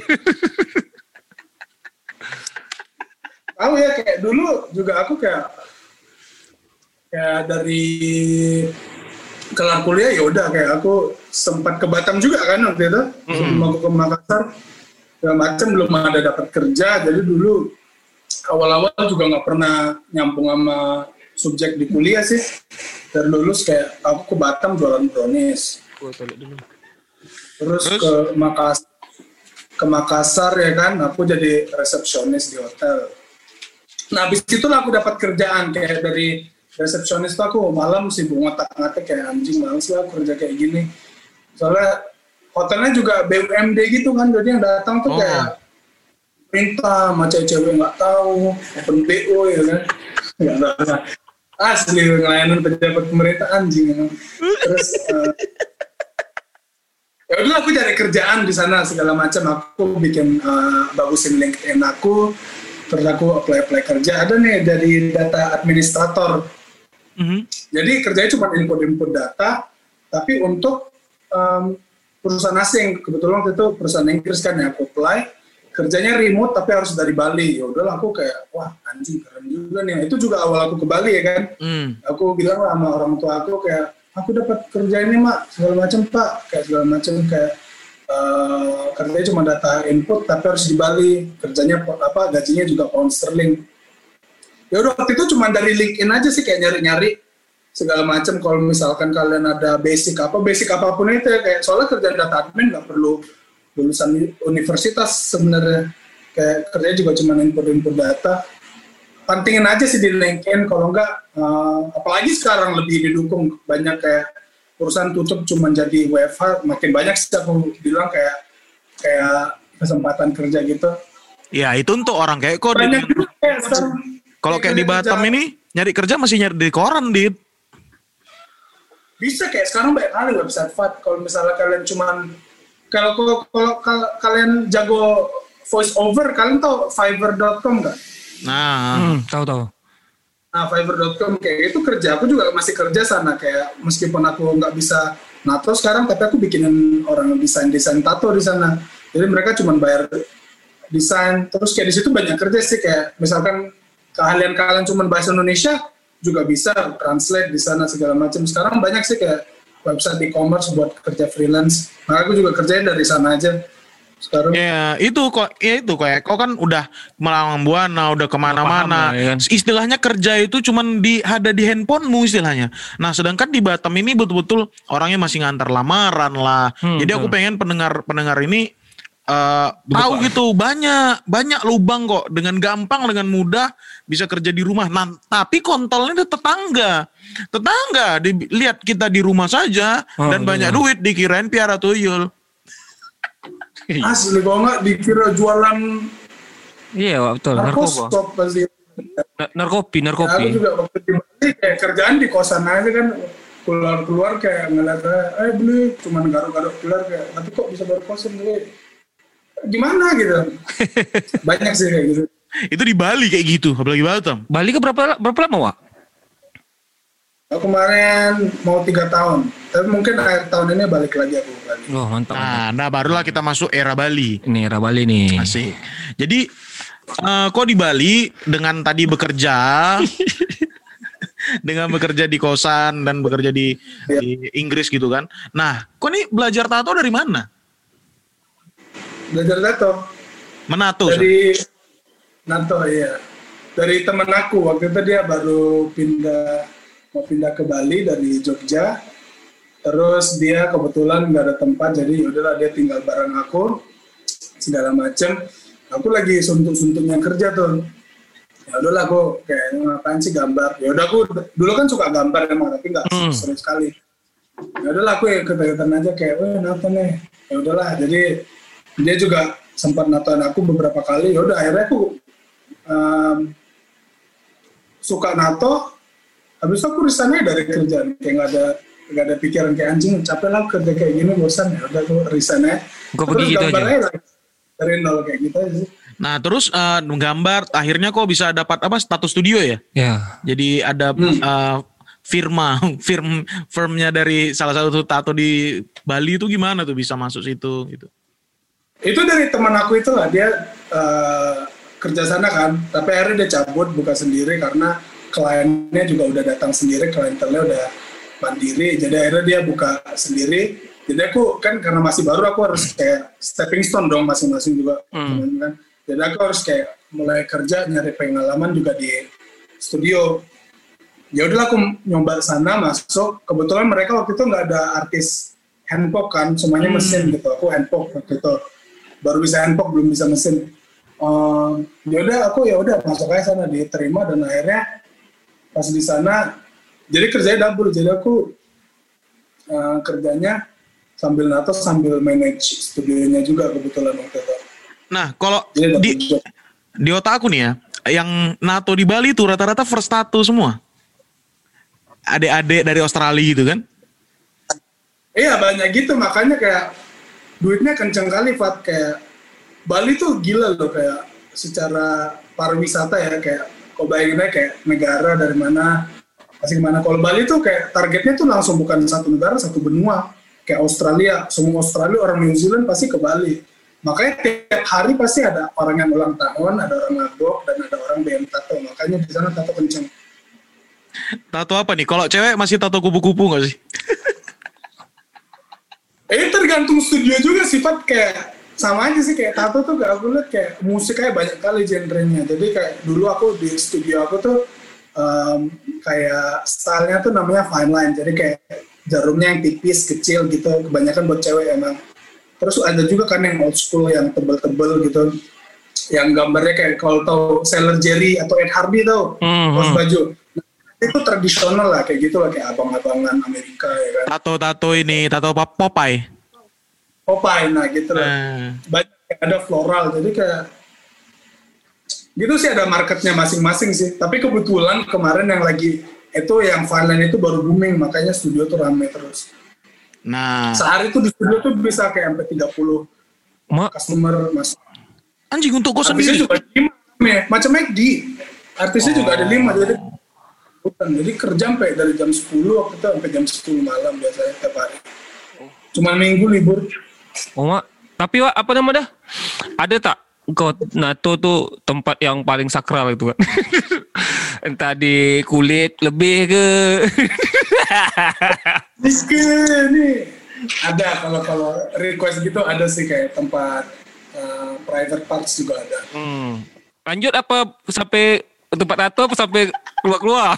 Tahu ya kayak dulu juga aku kayak kayak dari kelar kuliah ya udah kayak aku sempat ke Batam juga kan waktu itu. Sebelum aku ke Makassar segala macam belum ada dapat kerja, jadi dulu awal-awal juga nggak pernah nyambung sama subjek di kuliah sih. Dari lulus kayak aku ke Batam jualan brownies. Terus, Terus? ke Makassar, ke Makassar ya kan, aku jadi resepsionis di hotel. Nah, habis itulah aku dapat kerjaan kayak dari resepsionis tuh aku malam sibuk ngotak-ngatik kayak anjing, males lah aku kerja kayak gini. Soalnya hotelnya juga B U M D gitu kan, jadi yang datang tuh Oh. kayak perintah sama cewek-cewek nggak tahu, open B O ya kan. Nggak tahu. Asli ngelayanin pejabat pemerintah anjing. Terus uh, ya udah aku cari kerjaan di sana segala macam, aku bikin uh, bagusin LinkedIn aku, terus aku apply-apply kerja. Ada nih dari data administrator. Mhm. Jadi kerjanya cuma input-input data, tapi untuk um, perusahaan asing. Kebetulan waktu itu perusahaan Inggris kan yang aku apply, kerjanya remote tapi harus dari Bali. Ya udahlah aku kayak, wah anjing keren juga nih. Itu juga awal aku ke Bali ya kan. Mm. Aku bilang sama orang tua aku kayak, aku dapat kerja ini mak, segala macam pak, kayak segala macam kayak uh, kerjanya cuma data input tapi harus di Bali. Kerjanya apa, gajinya juga pound sterling. Ya udah waktu itu cuma dari LinkedIn aja sih kayak nyari-nyari segala macam. Kalau misalkan kalian ada basic apa basic apapun itu ya, kayak soalnya kerjaan data admin nggak perlu lulusan universitas sebenarnya, kayak kerjanya juga cuma input-input data. Pantingin aja sih di LinkedIn, kalau enggak uh, apalagi sekarang lebih didukung, banyak kayak perusahaan tutup cuma jadi W F H, makin banyak sih aku bilang kayak kayak kesempatan kerja gitu. Ya itu untuk orang kayak kok. Banyak juga kayak sekarang. Kalau kayak di Batam ini nyari kerja masih nyari di koran, Dit. Bisa kayak sekarang banyak kali website F A T. Kalau misalnya kalian cuman kalau kalau, kalau, kalau kalian jago voice over, kalian tahu fiverr dot com nggak? Nah, Hmm, tahu tahu. Nah, fiverr dot com kayak itu kerja. Aku juga masih kerja sana, kayak meskipun aku nggak bisa nato sekarang, tapi aku bikinin orang desain-desain tato di sana. Jadi mereka cuma bayar desain. Terus kayak di situ banyak kerja sih, kayak misalkan keahlian kalian cuma bahasa Indonesia juga bisa translate di sana segala macam. Sekarang banyak sih kayak website e-commerce buat kerja freelance. Nah, aku juga kerjanya dari sana aja sekarang. ya itu kok, ya itu kayak kau kan udah melalang buana, udah kemana-mana. Paham lah, ya kan? Istilahnya kerja itu cuman di ada di handphonemu istilahnya. Nah, sedangkan di Batam ini betul-betul orangnya masih ngantar lamaran lah. Hmm, Jadi aku betul. pengen pendengar-pendengar ini uh, tahu gitu, banyak banyak lubang kok, dengan gampang dengan mudah bisa kerja di rumah. Nah, tapi kontolnya itu tetangga. Tetangga dilihat kita di rumah saja Oh, dan banyak iya. duit dikirain piara tuyul. Asli, kalau nggak dikira jualan Iya, Wak, betul. Narkoba. narkoba pasti. Na- Narkopi, Ya, narkopi. aku juga waktu di Bali kayak kerjaan di kosan aja kan, keluar-keluar kayak ngeliat, eh beli cuma garuk-garuk keluar kayak, tapi kok bisa baru kosan beli? Gimana gitu? Banyak sih kayak gitu. Itu di Bali kayak gitu, apalagi Batam. Bali ke berapa berapa lama, Wak? Aku kemarin mau tiga tahun, tapi mungkin akhir tahun ini balik lagi aku ke Bali. Oh, mantap. mantap. Nah, nah barulah kita masuk era Bali. Ini era Bali nih. Asik. Jadi eh, kok di Bali dengan tadi bekerja dengan bekerja di kosan dan bekerja di, di Inggris gitu kan. Nah, kok nih belajar tato dari mana? Belajar tato Menato. dari Nato ya, dari temen aku. Waktu itu dia baru pindah mau pindah ke Bali dari Jogja. Terus dia kebetulan nggak ada tempat, jadi yaudahlah dia tinggal bareng aku segala macem. Aku lagi suntuk-suntuknya kerja tuh. Ya udahlah aku kayak ngapain sih gambar. Ya udah aku dulu kan suka gambar emang, tapi nggak Hmm. sering sekali. Ya udahlah aku ikut-ikutan aja kayak, wah nato nih. Ya udahlah. Jadi dia juga sempat natoin aku beberapa kali. Ya udah akhirnya aku um, suka nato. Habis itu aku resign aja dari kerjaan, kayak nggak ada nggak ada pikiran kayak anjing capek lah kerja kayak gini, bosan. Ya udah aku resign aja. Kau pergi gitu aja? gambarnya lagi dari nol kayak gitu aja sih. Nah, terus eh, menggambar akhirnya kok bisa dapat apa status studio ya? Ya. Jadi ada Hmm. eh, firma, firm firmnya dari salah satu tato di Bali itu gimana tuh bisa masuk situ gitu. Itu dari teman aku itulah, dia uh, kerja sana kan, tapi akhirnya dia cabut buka sendiri karena kliennya juga udah datang sendiri, klientelnya udah mandiri, jadi akhirnya dia buka sendiri. Jadi aku kan karena masih baru, aku harus kayak stepping stone dong masing-masing juga. Hmm. Kan? Jadi aku harus kayak mulai kerja, nyari pengalaman juga di studio. Ya udahlah aku nyoba sana, masuk. Kebetulan mereka waktu itu nggak ada artis handpok kan, semuanya mesin gitu. Aku handpok waktu itu. Baru bisa handpok, belum bisa mesin. Um, ya udah aku ya udah masuk aja sana, diterima, dan akhirnya pas di sana jadi kerjanya double. Jadi aku uh, kerjanya sambil nato sambil manage studionya juga kebetulan waktu itu. Nah, kalau Jadi di double job. di otak aku nih ya, yang nato di Bali tuh rata-rata first tato semua. Adik-adik dari Australia gitu kan? Iya banyak gitu, makanya kayak duitnya kenceng kali Fat. Kayak Bali tuh gila loh, kayak secara pariwisata ya, kayak kau bayanginnya kayak negara dari mana pasti kemana. Kalau Bali tuh kayak targetnya tuh langsung bukan satu negara, satu benua. Kayak Australia, semua Australia orang New Zealand pasti ke Bali. Makanya tiap hari pasti ada orang yang ulang tahun, ada orang mabok, dan ada orang B M tato. Makanya di sana tato kenceng. Tato apa nih? Kalau cewek masih tato kupu-kupu nggak sih? Eh tergantung studio juga, sifat kayak sama aja sih, kayak tato tuh gak aku lihat kayak musik kayak banyak kali genrenya. Jadi kayak dulu aku di studio aku tuh um, kayak stylenya tuh namanya fine line. Jadi kayak jarumnya yang tipis, kecil gitu, kebanyakan buat cewek emang. Terus ada juga kan yang old school yang tebel-tebel gitu, yang gambarnya kayak kalau tahu Sailor Jerry atau Ed Hardy tau, mm-hmm. Kaos baju. Itu tradisional lah, kayak gitu lah, kayak abang-abangan Amerika ya kan. Tato-tato ini, tato Popeye. Popeye, nah gitu lah. Hmm. Banyak, ada floral, jadi kayak gitu sih, ada marketnya masing-masing sih. Tapi kebetulan kemarin yang lagi, itu yang Finland itu baru booming, makanya studio tuh rame terus. Nah. Sehari tuh di studio tuh bisa kayak sampai tiga puluh Ma- customer masuk. Anjing, untuk kau sendiri? Artisnya juga ada lima, macam McD. Artisnya oh. juga ada lima, jadi bukan, jadi kerja sampai dari jam sepuluh waktu itu sampai jam sepuluh malam biasanya tiap hari. Cuma minggu libur. Oh mak, tapi Wak, apa nama dah? Ada tak kau nato tuh tempat yang paling sakral itu kan? Entah di kulit lebih ke. Miskin nih. Ada kalau kalau request gitu ada sih, kayak tempat uh, private parts juga ada. Hmm. Lanjut apa sampai tempat tato apa sampai keluar-keluar?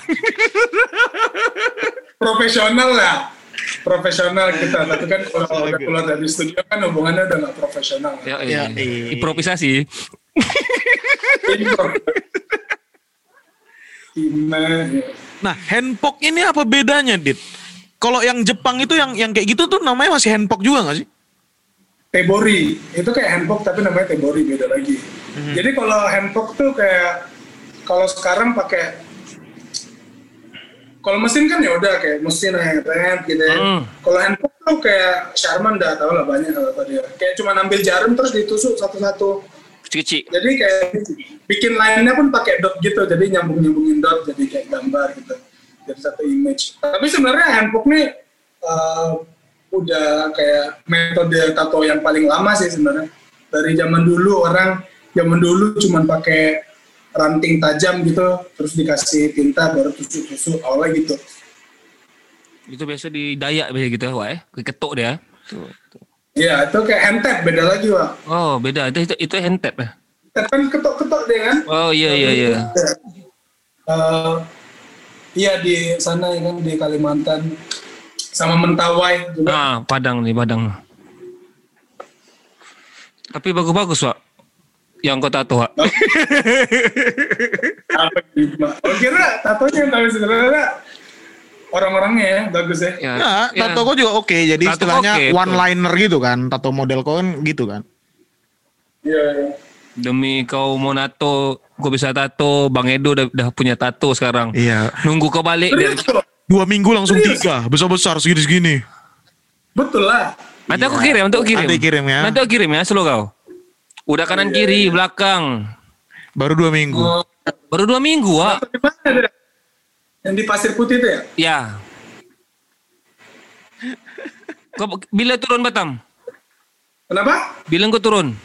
Profesional lah, profesional kita. Tapi kan kalau udah keluar dari studio kan hubungannya udah nggak profesional. Ya, ya, ya. Improvisasi. Nah, handpok ini apa bedanya, Dit? Kalau yang Jepang itu yang yang kayak gitu tuh namanya masih handpok juga nggak sih? Tebori, itu kayak handpok tapi namanya tebori, beda lagi. Mm-hmm. Jadi kalau handpok tuh kayak kalau sekarang pakai, kalau mesin kan ya udah kayak mesin yang rem gitu ya. Mm. Kalau handphone tuh kayak Sharman udah tau lah banyak kalau tadi ya. Kayak cuma ambil jarum terus ditusuk satu-satu. Kecil-kecil. Jadi kayak bikin line-nya pun pakai dot gitu. Jadi nyambung-nyambungin dot jadi kayak gambar gitu. Jadi satu image. Tapi sebenarnya handphone nih uh, udah kayak metode tato yang paling lama sih sebenarnya. Dari zaman dulu orang zaman dulu cuma pakai ranting tajam gitu, terus dikasih tinta baru tusuk-tusuk, awalnya gitu. Itu biasa di Dayak biasa gitu ya, Wak eh? Ketuk dia. Iya, itu kayak hand tap, beda lagi, Wak. Oh, beda. Itu itu, itu hand tap ya? Tap kan ketuk-ketuk dia kan? Oh, iya iya iya. Uh, iya di sana ya kan, di Kalimantan. Sama Mentawai juga. Ah, Padang nih, Padang. Tapi bagus-bagus, Wak. Yang kau tato, Wak. Apa gitu, Mak? Oh, kira tatonya yang tahu sebenarnya orang-orangnya ya, bagus ya. Ya, nah, ya. Tato kau juga oke. Okay. Jadi tato istilahnya okay, one liner gitu kan. Tato model kau kan gitu kan. Iya, iya. Demi kau mau nato, kau bisa tato. Bang Edo udah, udah punya tato sekarang. Iya. Nunggu kau balik. Dari... Dua minggu langsung Serius? tiga. Besar-besar segini-segini. Betul lah. Nanti aku kirim, nanti aku kirim. Nanti kirim ya. Nanti aku kirim ya, selalu kau. Udah kanan iya, kiri, iya. belakang. Baru dua minggu. Oh. Baru dua minggu, Wak. Yang di Pasir Putih itu ya? Ya. Kau bila turun Batam? Kenapa? Bilang kau turun.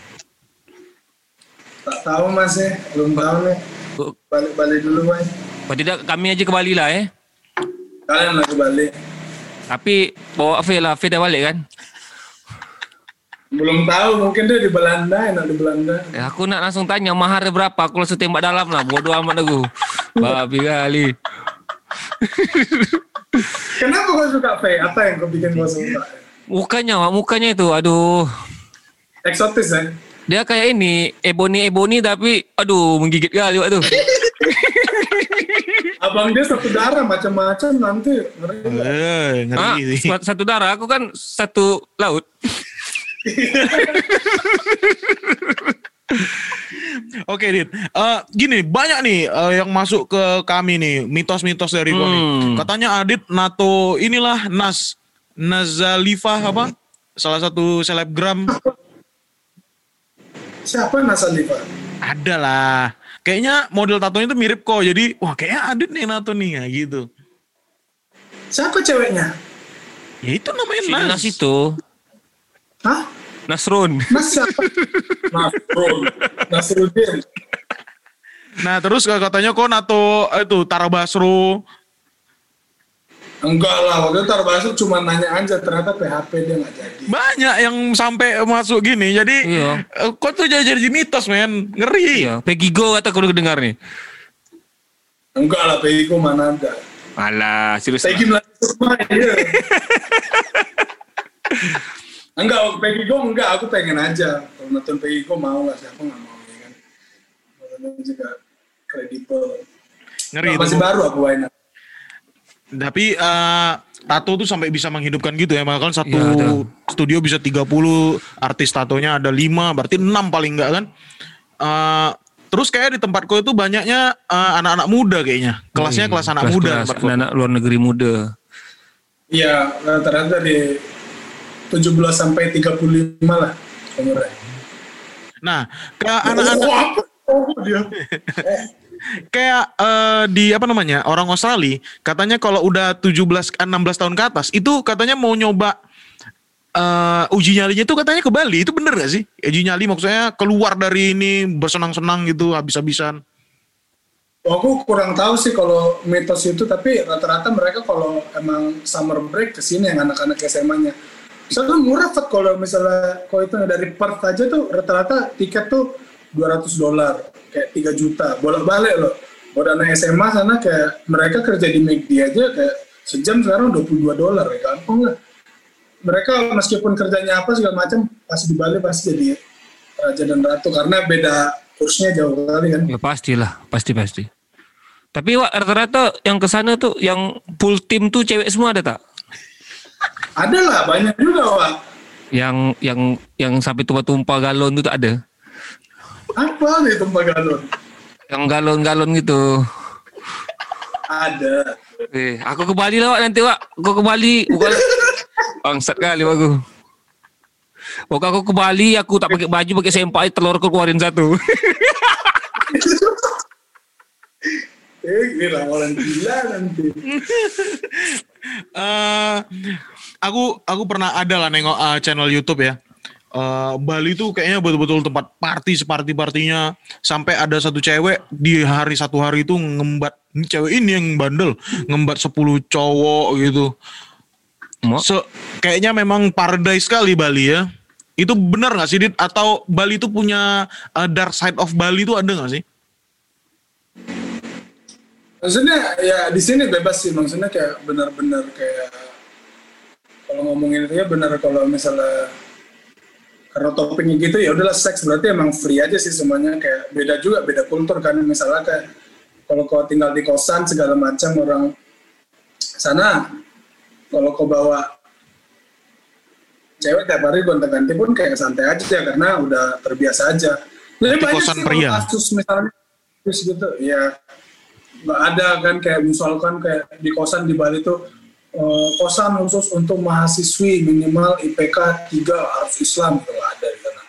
Tak tahu Mas ya, belum tahu nih. Balik-balik dulu Mas. Kalau tidak kami aja ke Bali lah eh. Kalian lah ke Bali. Tapi bawa Fe lah, Fe dah balik kan? Belum tahu, mungkin dia di Belanda, enak di Belanda. Ya, aku nak langsung tanya mahar berapa, aku langsung tembak dalam lah, bodoh amat aku. Babi kali. Kenapa kau suka Fe? Apa yang kau bikin kau suka? Mukanya, mukanya itu, aduh. Eksotis ya? Dia kayak ini, ebony-ebony tapi, aduh, menggigit kali waktu. Abang dia satu darah, macam-macam nanti. Ngeri, eh, ngeri ah, satu darah, aku kan satu laut. Oke, Dit. Uh, gini, banyak nih uh, yang masuk ke kami nih, mitos-mitos dari hmm. kami. Katanya Adit nato inilah Nas Nazalifah apa? Salah satu selebgram. Siapa Nazalifah? Ada lah. kayaknya model tatonya itu mirip kok. Jadi wah kayaknya Adit nih yang nato nih ya gitu. Siapa ceweknya? Ya itu namanya Si Nas. Nas itu. Hah? Nasrun. Mas siapa? Nasrul. Nasruddin. Nah terus katanya kok nato itu Tara Basro. Enggak lah, waktu itu Tarbasur cuma nanya aja, ternyata P H P dia nggak jadi. Banyak yang sampai masuk gini. Jadi Iya. eh, kok tuh jadi jadi mitos men. Ngeri. Iya, Peggy Go kata aku udah dengar nih. Enggak lah, Peggy kok mana ada. Alah, serius. Peggy lah. Melati Sukma ya. Enggak, Peggy Go enggak, aku pengen aja. Kalau nonton Peggy Go mau lah, siapa nggak mau ya kan. Nontonnya juga kredibel. Ngeri Nah, masih itu. baru aku main. Tapi eh, tato tuh sampai bisa menghidupkan gitu ya. Makanya satu Iya, ada. studio bisa tiga puluh artis tatonya ada lima, berarti enam paling enggak kan. Eh, terus kayak di tempatku itu banyaknya eh, anak-anak muda kayaknya. Kelasnya kelas anak muda. Kelas tempatku. anak luar negeri muda. Iya, rata-rata di tujuh belas sampai tiga puluh lima lah umurnya. Nah, ke anak-anak Oh, apa? Oh, dia. kayak eh, di apa namanya orang Australia katanya kalau udah tujuh belas enam belas tahun ke atas itu katanya mau nyoba eh, uji nyalinya itu katanya ke Bali. Itu bener gak sih uji nyali, maksudnya keluar dari ini bersenang-senang gitu habis-habisan? Oh, aku kurang tahu sih kalau mitos itu, tapi rata-rata mereka kalau emang summer break ke sini yang anak-anak S M A-nya. Misalnya murah Fat, kalau misalnya kalau itu dari Perth aja tuh rata-rata tiket tuh dua ratus dolar, kayak tiga juta, bolak-balik loh. Buat anak S M A sana kayak mereka kerja di McD aja kayak sejam sekarang dua puluh dua dolar, ya gampang lah. Mereka meskipun kerjanya apa segala macam, pas di Bali pasti jadi raja dan ratu karena beda kursnya jauh kali kan. Ya pastilah, pasti pasti. Tapi Wak, rata-rata yang kesana tuh yang full tim tuh cewek semua ada tak? Ada lah, banyak juga Wak. Yang yang yang sampai tumpah-tumpah galon tuh tak ada. Apa nih tumpah galon? Yang galon-galon gitu. Ada. Eh, aku ke Bali lah Wak nanti Wak. Aku ke Bali bukan bangsat kali Wak aku. Pokok aku ke Bali aku tak pakai baju, pakai sempak, telur aku keluarin satu. Eh, ini orang gila nanti. Eh, aku aku pernah ada lah nengok eh, channel YouTube ya. Eh, Bali tuh kayaknya betul-betul tempat party separty partinya, sampai ada satu cewek di hari satu hari itu ngembat, ini cewek ini yang bandel ngembat sepuluh cowok gitu. Mo? So, kayaknya memang paradise sekali Bali ya. Itu benar nggak sih Dit? Atau Bali itu punya uh, dark side of Bali itu ada nggak sih? Maksudnya ya di sini bebas sih, maksudnya kayak benar-benar kayak kalau ngomongin itu ya benar, kalau misalnya karena topiknya gitu ya udahlah seks, berarti emang free aja sih semuanya. Kayak beda juga, beda kultur kan. Misalnya kayak kalau kau tinggal di kosan segala macam, orang sana kalau kau bawa cewek tiap hari gonta-ganti pun kayak santai aja karena udah terbiasa aja. Jadi Di banyak kosan sih pria. kalau kasus misalnya terus gitu ya nggak ada kan, kayak misalkan kayak di kosan di Bali tuh eh, kosan khusus untuk mahasiswi minimal I P K tiga harus Islam, itu nggak ada di sana.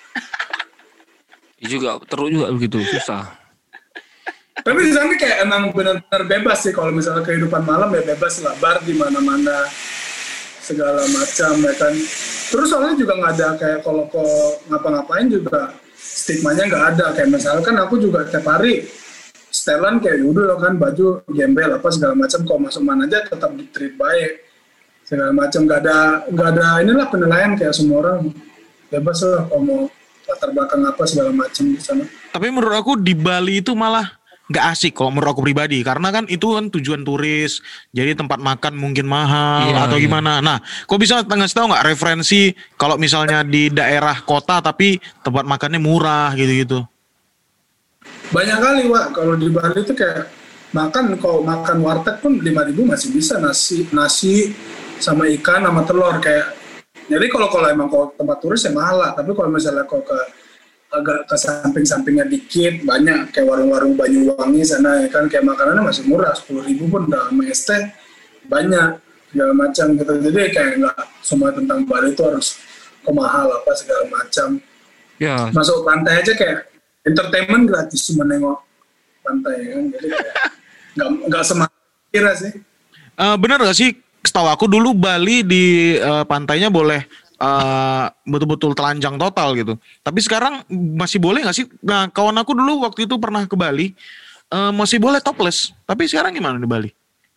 Ya juga terus juga begitu susah. Tapi di sana kayak emang benar-benar bebas sih, kalau misalnya kehidupan malam ya bebas lah, bar di mana-mana segala macam ya kan. Terus soalnya juga nggak ada kayak kalau kau ngapa-ngapain juga stigmanya nggak ada. Kayak misalkan aku juga tiap hari setelan kayak udah loh kan, baju gembel apa segala macam, kau masuk mana aja tetap di treat baik segala macam, nggak ada nggak ada inilah penilaian, kayak semua orang bebas lah kalau mau latar belakang apa segala macam di sana. Tapi menurut aku di Bali itu malah nggak asik kalau menurut aku pribadi, karena kan itu kan tujuan turis, jadi tempat makan mungkin mahal Iya, atau iya. gimana. Nah, kok bisa ngasih tahu nggak referensi kalau misalnya di daerah kota tapi tempat makannya murah gitu-gitu? Banyak kali Wak, kalau di Bali itu kayak makan, kalau makan warteg pun lima ribu masih bisa, nasi nasi sama ikan sama telur kayak. Jadi kalau kalau emang kalau tempat turis ya mahal lah, tapi kalau misalnya kau ke agak ke samping-sampingnya dikit, banyak kayak warung-warung Banyuwangi sana ya kan, kayak makanannya masih murah, sepuluh ribu pun udah sama es teh banyak segala macam gitu. Jadi kayak nggak semua tentang Bali itu harus kemahal apa segala macam. Ya, Masuk pantai aja kayak entertainment gratis, cuma nengok pantai kan, jadi kayak nggak nggak semangat kira sih. Uh, bener gak sih? Setahu aku dulu Bali di uh, pantainya boleh uh, betul-betul telanjang total gitu. Tapi sekarang masih boleh gak sih? Nah kawan aku dulu waktu itu pernah ke Bali uh, masih boleh topless. Tapi sekarang gimana di Bali?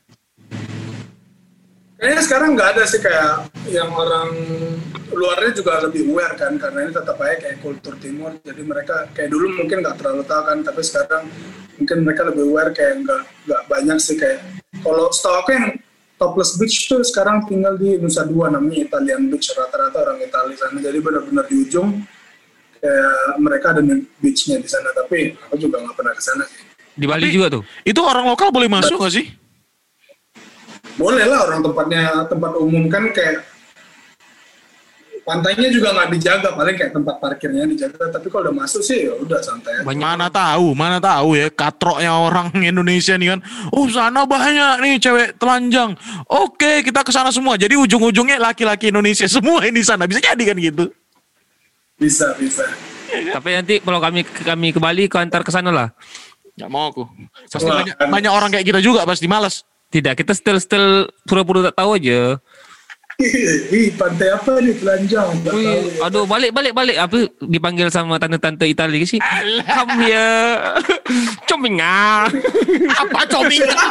Kayaknya sekarang nggak ada sih, kayak yang orang luarnya juga lebih aware kan, karena ini tetap aja kayak kultur timur. Jadi mereka kayak dulu mungkin nggak terlalu tahu kan, tapi sekarang mungkin mereka lebih aware, kayak nggak nggak banyak sih kayak. Kalau setahu aku yang topless beach tuh sekarang tinggal di Nusa Dua, namanya Italian Beach, rata-rata orang Italia sana. Jadi benar-benar di ujung kayak mereka ada beachnya di sana. Tapi aku juga nggak pernah ke sana sih. Di Bali tapi, juga tuh. Itu orang lokal boleh masuk nggak sih? Boleh lah, orang tempatnya tempat umum kan, kayak pantainya juga nggak dijaga, paling kayak tempat parkirnya dijaga. Tapi kalau udah masuk sih ya udah santai. Mana tahu, mana tahu ya katroknya orang Indonesia nih kan. Oh sana banyak nih cewek telanjang. Oke kita ke sana semua. Jadi ujung-ujungnya laki-laki Indonesia semua ini sana. Bisa jadi kan gitu? Bisa bisa. Tapi nanti kalau kami kami ke Bali, kau antar ke sana lah. Gak mau aku. Pasti Wah, banyak, kan. banyak orang kayak kita juga pasti malas. Tidak, kita setel-setel pura-pura tak tahu aja. Ih, pantai apa nih telanjang? Wih, aduh, balik balik balik. Apa dipanggil sama tante-tante Italia sih? Kamu ya, cominga. Apa cominga?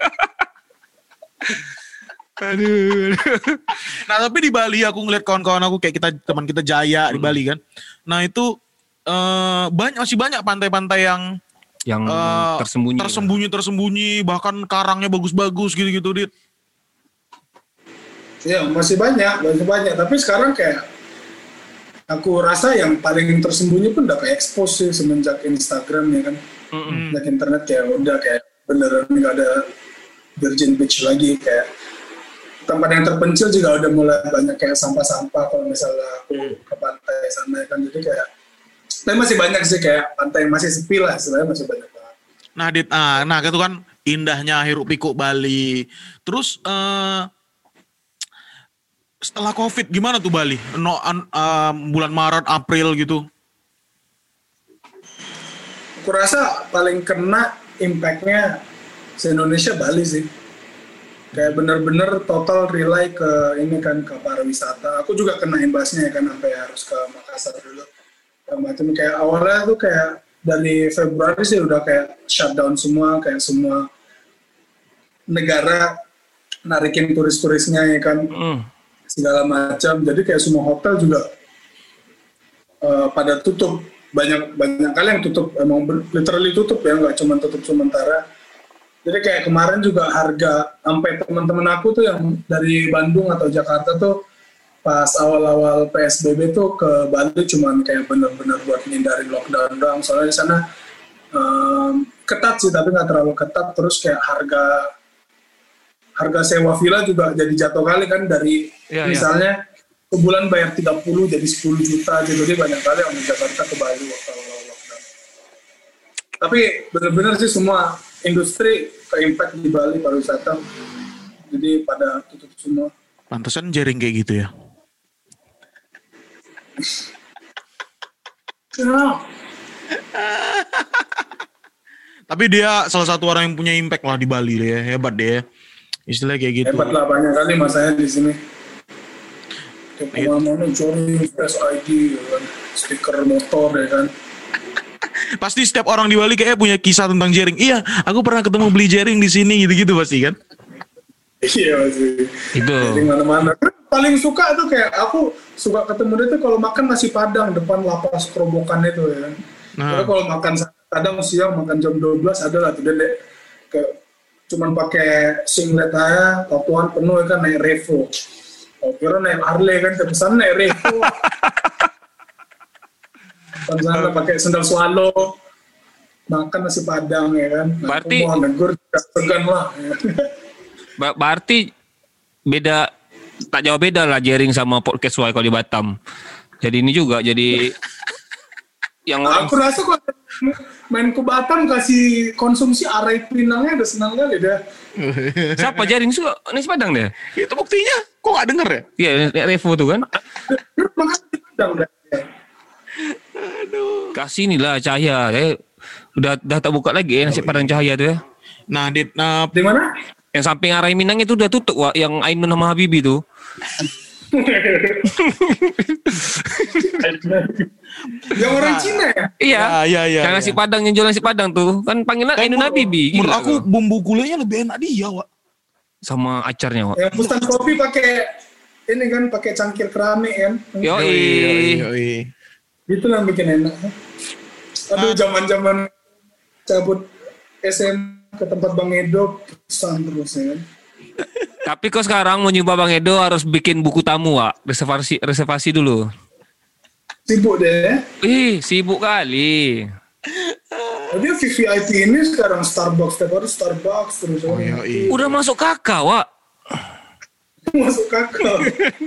Aduh. Nah tapi di Bali aku ngeliat kawan-kawan aku kayak kita teman kita Jaya hmm. di Bali kan. Nah itu uh, banyak masih banyak pantai-pantai yang yang uh, tersembunyi tersembunyi tersembunyi bahkan karangnya bagus-bagus gitu-gitu Dit. Ya masih banyak, masih banyak. Tapi sekarang kayak aku rasa yang paling tersembunyi pun udah kayak expose sih semenjak Instagram ya kan. Mm-hmm. Semenjak internet kayak udah kayak beneran nggak ada Virgin Beach lagi, kayak tempat yang terpencil juga udah mulai banyak kayak sampah-sampah kalau misalnya aku ke pantai sana kan. Jadi kayak tapi masih banyak sih kayak pantai yang masih sepi lah, sebenarnya masih banyak banget. Nah Dit, ah, nah itu kan indahnya hiruk pikuk Bali. Terus uh, setelah COVID gimana tuh Bali? No, uh, bulan Maret, April gitu. Aku rasa paling kena impact-nya se-Indonesia Bali sih. Kayak bener-bener total rely ke ini kan, ke pariwisata. Aku juga kena imbasnya ya kan, sampai harus ke Makassar dulu. Macam kayak awalnya tuh kayak dari Februari sih udah kayak shutdown semua, kayak semua negara narikin turis-turisnya ya kan. Mm. Segala macam, jadi kayak semua hotel juga uh, pada tutup, banyak banyak kali yang tutup, emang literally tutup ya, nggak cuma tutup sementara. Jadi kayak kemarin juga harga, sampai teman-teman aku tuh yang dari Bandung atau Jakarta tuh pas awal-awal P S B B tuh ke Bali cuman kayak bener-bener buat ngindarin lockdown doang, soalnya di sana um, ketat sih tapi nggak terlalu ketat. Terus kayak harga harga sewa villa juga jadi jatuh kali kan, dari ya, misalnya ya. Sebulan bayar tiga puluh jadi sepuluh juta aja. Jadi banyak kali orang di Jakarta ke Bali waktu awal lockdown. Tapi bener-bener sih semua industri ke impact di Bali pariwisata, jadi pada tutup semua. Pantesan jaring kayak gitu ya. Ya. Tapi dia salah satu orang yang punya impact lah di Bali deh, hebat deh. Istilah kayak gitu. Hebat lah, banyak kali masanya di sini. Kayak kemana-mana curi Face I D, ya kan, stiker motor ya kan. Pasti setiap orang di Bali kayak punya kisah tentang jaring. Iya, aku pernah ketemu beli jaring di sini gitu-gitu pasti kan. Iya masih. Itu. Jaring mana-mana. Paling suka tuh kayak aku suka ketemu dia tuh kalau makan nasi Padang depan lapas kerobokan itu ya kan. Nah. Kalau makan kadang siang makan jam dua belas ada lah tuh dia ke cuman pakai singlet aja, tatoan penuh kan, naik Revo. Oh, kira naik Harley kan, kepesan naik Revo. Sana pakai sandal swallow, makan nasi Padang ya kan. Nah, berarti mau negur segan lah. Ya. Berarti beda, tak jauh beda lah jaring sama podcast Y kalau di Batam. Jadi ini juga jadi yang orang... Aku rasa kok main ke Batam kasih konsumsi arai pinangnya udah senang kali dah. Siapa jaring suka nasi Padang deh? Itu buktinya. Kok gak denger ya? Iya, Revo tuh kan. Makan nasi Padang dah. Aduh. Kasih inilah cahaya. Eh, Udah udah tak buka lagi ya nasi Padang Cahaya tuh ya. Nah, Dit, nah, Di mana? Yang samping arah Minang itu udah tutup, Wak. Yang Ainun sama Habibie tuh. Yang orang Cina ya? Iya. Ya, ya, ya, yang ya. nasi Padang, yang jual nasi Padang tuh. Kan panggilan Ainun Habibie. menurut Gila aku kau. bumbu gulainya lebih enak dia, Wak. Sama acarnya, Wak. Yang pesan kopi pakai ini kan pakai cangkir keramik kan? Yoi. Yoi, yoi. Itu yang bikin enak. Aduh, zaman-zaman cabut S M ke tempat Bang Edo, pesan terus ya kan. Tapi kok sekarang mau nyoba Bang Edo harus bikin buku tamu, Wak. Reservasi reservasi dulu. Sibuk deh. Ih, sibuk kali. Dia V V I P ini sekarang Starbucks, tiap hari Starbucks terus. Oh, yoi. Udah masuk kakak, Wak. Masuk kakak.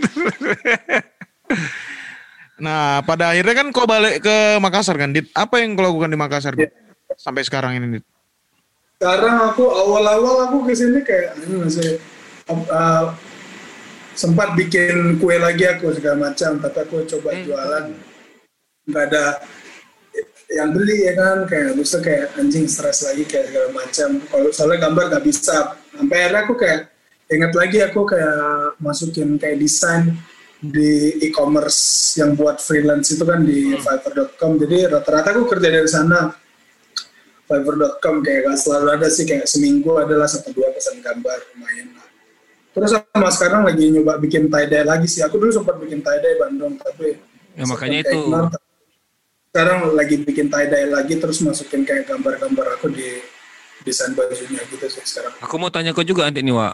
Nah, pada akhirnya kan kau balik ke Makassar kan, Dit? Apa yang kau lakukan di Makassar, Dit? Sampai sekarang ini, Dit? Sekarang aku awal-awal aku kesini kayak ini masih uh, sempat bikin kue lagi aku segala macam, tapi aku coba jualan nggak ada yang beli ya kan, kayak bisa kayak anjing stres lagi kayak segala macam. Kalau soalnya gambar nggak bisa, sampai akhirnya aku kayak ingat lagi aku kayak masukin kayak desain di e-commerce yang buat freelance itu kan di fiverr dot com, jadi rata-rata aku kerja dari sana. fiverr dot com kayak gak selalu ada sih, kayak seminggu adalah satu dua pesan gambar lumayan lah. Terus sama sekarang lagi nyoba bikin tie-dye lagi sih. Aku dulu sempat bikin tie-dye Bandung, tapi Ya makanya itu. ignore. Sekarang lagi bikin tie-dye lagi, terus masukin kayak gambar-gambar aku di desain bajunya gitu sih sekarang. Aku mau tanya kau juga nanti nih, Wak.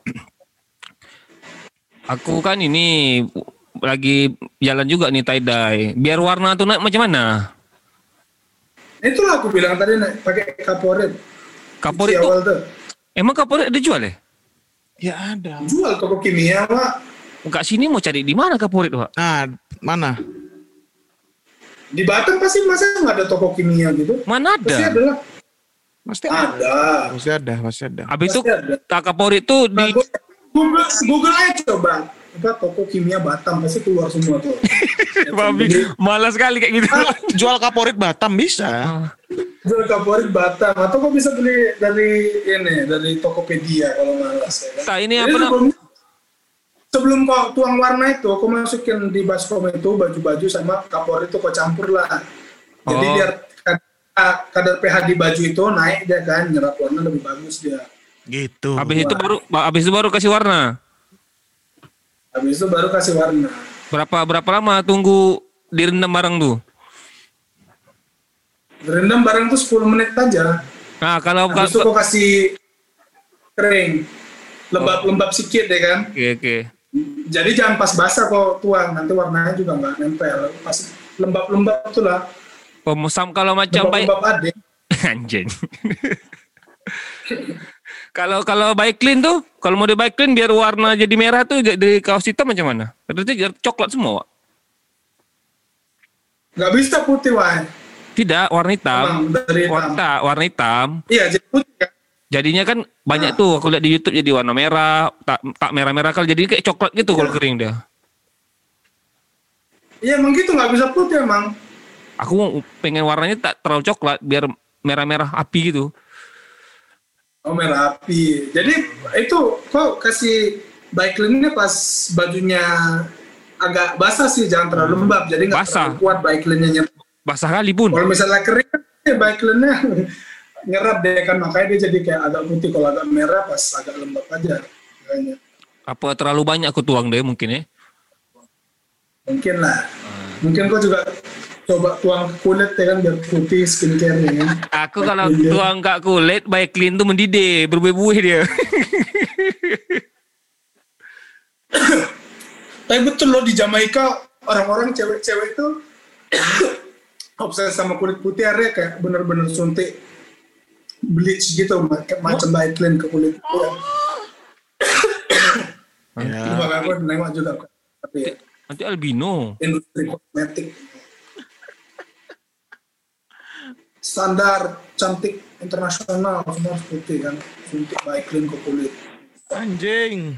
Aku kan ini lagi jalan juga nih tie-dye. Biar warna tuh naik macam mana? Itulah aku bilang tadi naik pakai kaporit. Kaporit Di tuh, awal tuh. emang kaporit ada jual ya? Ya ada. Jual toko kimia, Pak. Kak sini mau cari di mana kaporit, Wak? Nah, mana? Di Batam pasti masa nggak ada toko kimia gitu? Mana Pasti ada? ada lah. Pasti ada. Ada. Pasti ada, pasti ada. Habis itu Pasti ada. kak kaporit tuh Nah, di gua- Google, Google aja coba. Apa toko kimia Batam pasti keluar semua tuh. Babi, malas sekali kayak gitu. Jual kaporit Batam bisa. Jual kaporit Batam atau kok bisa beli dari ini dari Tokopedia kalau malas ya kan. Nah, ini Jadi apa nam- sebelum, sebelum kau tuang warna itu, aku masukin di baskom itu baju-baju sama kaporit itu kau campur lah. Jadi Oh. biar kadar, kadar pH di baju itu naik dia kan, nyerap warna lebih bagus dia. Gitu. Habis itu baru habis itu baru kasih warna. Habis itu baru kasih warna. Berapa berapa lama tunggu direndam barang tuh? Berendam barang tuh sepuluh menit aja. Nah, kalau Habis itu kau kasih kering. Lembab-lembab sedikit deh kan. Oke, oke. Jadi jangan pas basah kok tuang, nanti warnanya juga nggak nempel. Pas lembab-lembab tuh lah. Pemusam kalau macam baik Lembab-lembab adik. anjing. Kalau kalau bike clean tuh, kalau mau di bike clean biar warna jadi merah tuh dari kaos hitam macam mana? Berarti jadi coklat semua, Wak. Nggak bisa putih, wah. Tidak, warna hitam. Emang dari hitam. Warna, warna hitam. Iya, jadi putih kan. Jadinya kan banyak Nah. tuh aku lihat di YouTube jadi warna merah, tak tak merah-merah kalau jadi kayak coklat gitu kalau Iya. kering dia. Iya, emang gitu nggak bisa putih emang. Aku pengen warnanya tak terlalu coklat biar merah-merah api gitu. Oh, merah api. Jadi itu kok kasih bike clean-nya pas bajunya agak basah sih, jangan terlalu lembab. Jadi nggak Basah. terlalu kuat bike clean-nya nyerap. Basah kali pun. Kalau misalnya kering, ya bike clean-nya nyerap deh kan, makanya dia jadi kayak agak putih. Kalau agak merah pas agak lembab aja kayaknya. Apa terlalu banyak aku tuang deh mungkin ya. Mungkin lah. Mungkin kau juga coba tuang ke kulit ya kan, biar putih skincare-nya kan. Aku kalau Iya. tuang kat kulit bike clean tuh mendidih, berbuih-buih dia. Tapi betul loh, di Jamaika orang-orang cewek-cewek itu obses sama kulit putih, akhirnya kayak bener-bener suntik bleach gitu, kayak macam bike clean ke kulit. Ya. Cuma aku nengok juga, tapi ya, Nanti albino. industri kosmetik standar cantik internasional semua harus putih kan, suntik bike clean ke kulit. Anjing.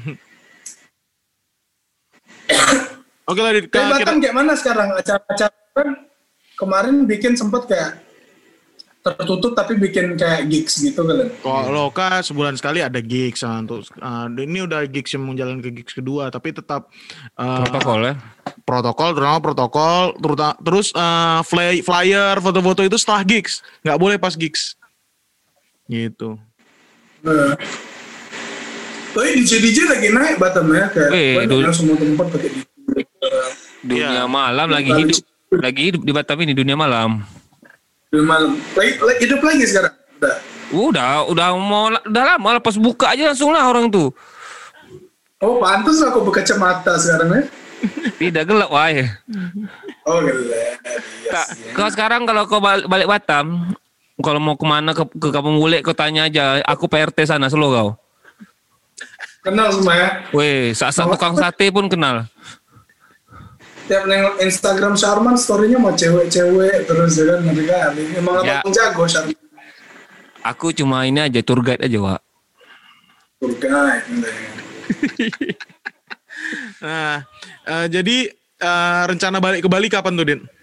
Oke lah, Dit. Kayak Kita- Batam kayak mana sekarang acara-acara kan kemarin bikin sempet kayak tertutup tapi bikin kayak gigs gitu kan. Kalau Loka sebulan sekali ada gigs nah, untuk uh, ini udah gigs yang mau jalan ke gigs kedua tapi tetap uh, Protokol ya. Protokol terutama protokol terutama, terus uh, fly, flyer foto-foto itu setelah gigs, nggak boleh pas gigs. Gitu. Nah. Tapi D J D J lagi naik Batam ya kayak Weh, banyak semua tempat pakai D J. Dunia Ya. malam lagi hidup lagi hidup di Batam ini dunia malam. Dunia malam. Lagi, lagi hidup lagi sekarang. Udah. Udah, udah mau udah lama lah pas buka aja langsung lah orang tuh. Oh, pantas aku berkacamata sekarang ya. Tidak gelap wae. Oh, gila. Kak, kau sekarang kalau kau balik, balik Batam, kalau mau kemana ke, ke Kampung Bule kau tanya aja, aku P R T sana selalu kau. Kenal semua ya. Weh, saat tukang sate pun kenal. Tiap nengok Instagram Sharman story-nya mau cewek-cewek terus ya kan nanti kali. Emang Ya. abang jago Sharman. Aku cuma ini aja tour guide aja, Wak. Tour guide. Nah, uh, jadi uh, rencana balik ke Bali kapan tuh, Din?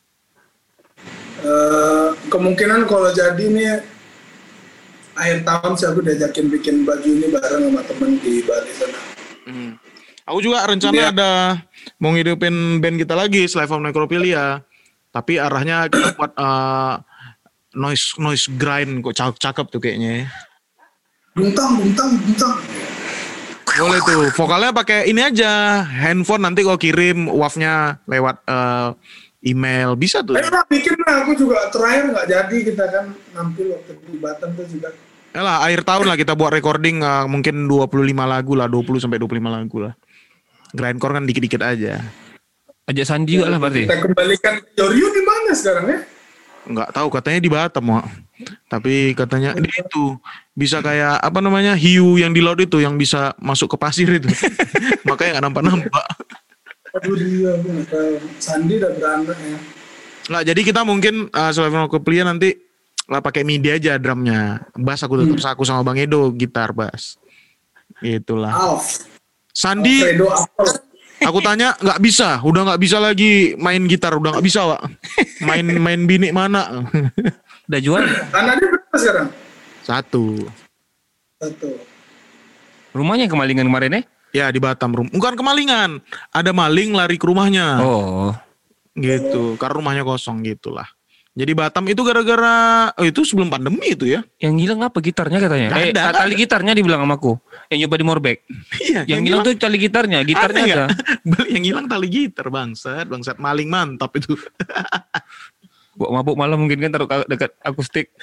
Uh, kemungkinan kalau jadi nih akhir tahun sih aku diajakin bikin baju ini bareng sama temen di Bali sana. Hmm. Aku juga rencana Iya. ada mau ngidupin band kita lagi, Slave of Necrophilia. Tapi arahnya kita buat uh, noise noise grind kok cakep, cakep tuh kayaknya. Buntang, buntang, buntang. Boleh tuh. Vokalnya pakai ini aja, handphone nanti kau kirim wave-nya lewat uh, email bisa tuh. Eh, nah, bikin lah. Aku juga terakhir nggak jadi kita kan nampil waktu di Batam tuh juga. Yalah, akhir tahun lah kita buat recording uh, mungkin dua puluh lima lagu lah, dua puluh sampai dua puluh lima lagu lah. Grindcore kan dikit-dikit aja. Ajak Sandi juga lah berarti. Kita kembalikan Yoryu di mana sekarang ya? Nggak tahu, katanya di Batam, Wak. Tapi katanya di itu bisa kayak apa namanya hiu yang di laut itu yang bisa masuk ke pasir itu. Makanya nggak nampak-nampak. Aduh dia, aku nggak tahu. Sandi udah beranak ya. Nggak, jadi kita mungkin uh, Slave of Necrophilia nanti lah pakai MIDI aja drumnya. Bass aku tetap Hmm. aku sama Bang Edo gitar bass. Itulah. Alf. Sandi, Alfredo Apple. aku tanya nggak bisa, udah nggak bisa lagi main gitar, udah nggak bisa, Wak. Main main bini mana? Udah jual? Anak dia berapa sekarang? Satu. Satu. Rumahnya yang kemalingan kemarin eh? Ya di Batam, rum. Bukan kemalingan, ada maling lari ke rumahnya. Oh. Gitu, karena rumahnya kosong gitulah. Jadi Batam itu gara-gara oh itu sebelum pandemi itu ya. Yang hilang apa gitarnya katanya? Nggak Eh, ada, nggak tali gitarnya dibilang sama aku. Yang nyoba di Morbek. Iya, Yang hilang tuh tali gitarnya, gitarnya aneh ada. nggak? Yang hilang tali gitar, bangsat, bangsat maling mantap itu. Buat mabuk malam mungkin kan taruh ka- dekat akustik.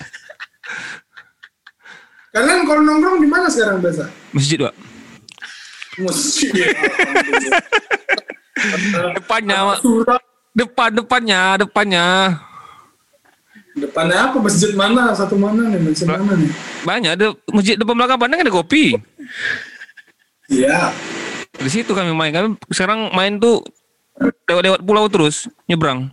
Kalian kalau nongkrong di mana sekarang biasa? Masjid, Wak. Musik. Depannya, Wak. Surat. Depan, depannya, depannya. Depannya apa? Masjid mana? Satu mana nih? Masjid mana nih? Banyak, ada masjid depan belakang pandang ada kopi. Iya. Di situ kami main. Kami sekarang main tuh lewat-lewat pulau terus, nyebrang.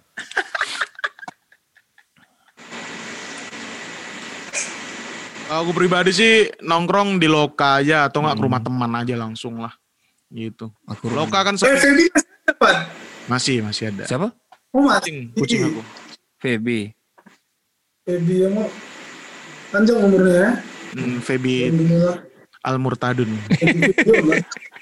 Aku pribadi sih nongkrong di Loka aja atau nggak ke rumah teman aja langsung lah. Gitu. Aku Loka kan Eh, sepi. Feby masih depan. Masih, masih ada. Siapa? Oh, mati. Kucing, kucing aku. Feby. Feby yang mau panjang umurnya ya. Hmm, Feby Alhamdulillah. Al-Murtadun. Alhamdulillah.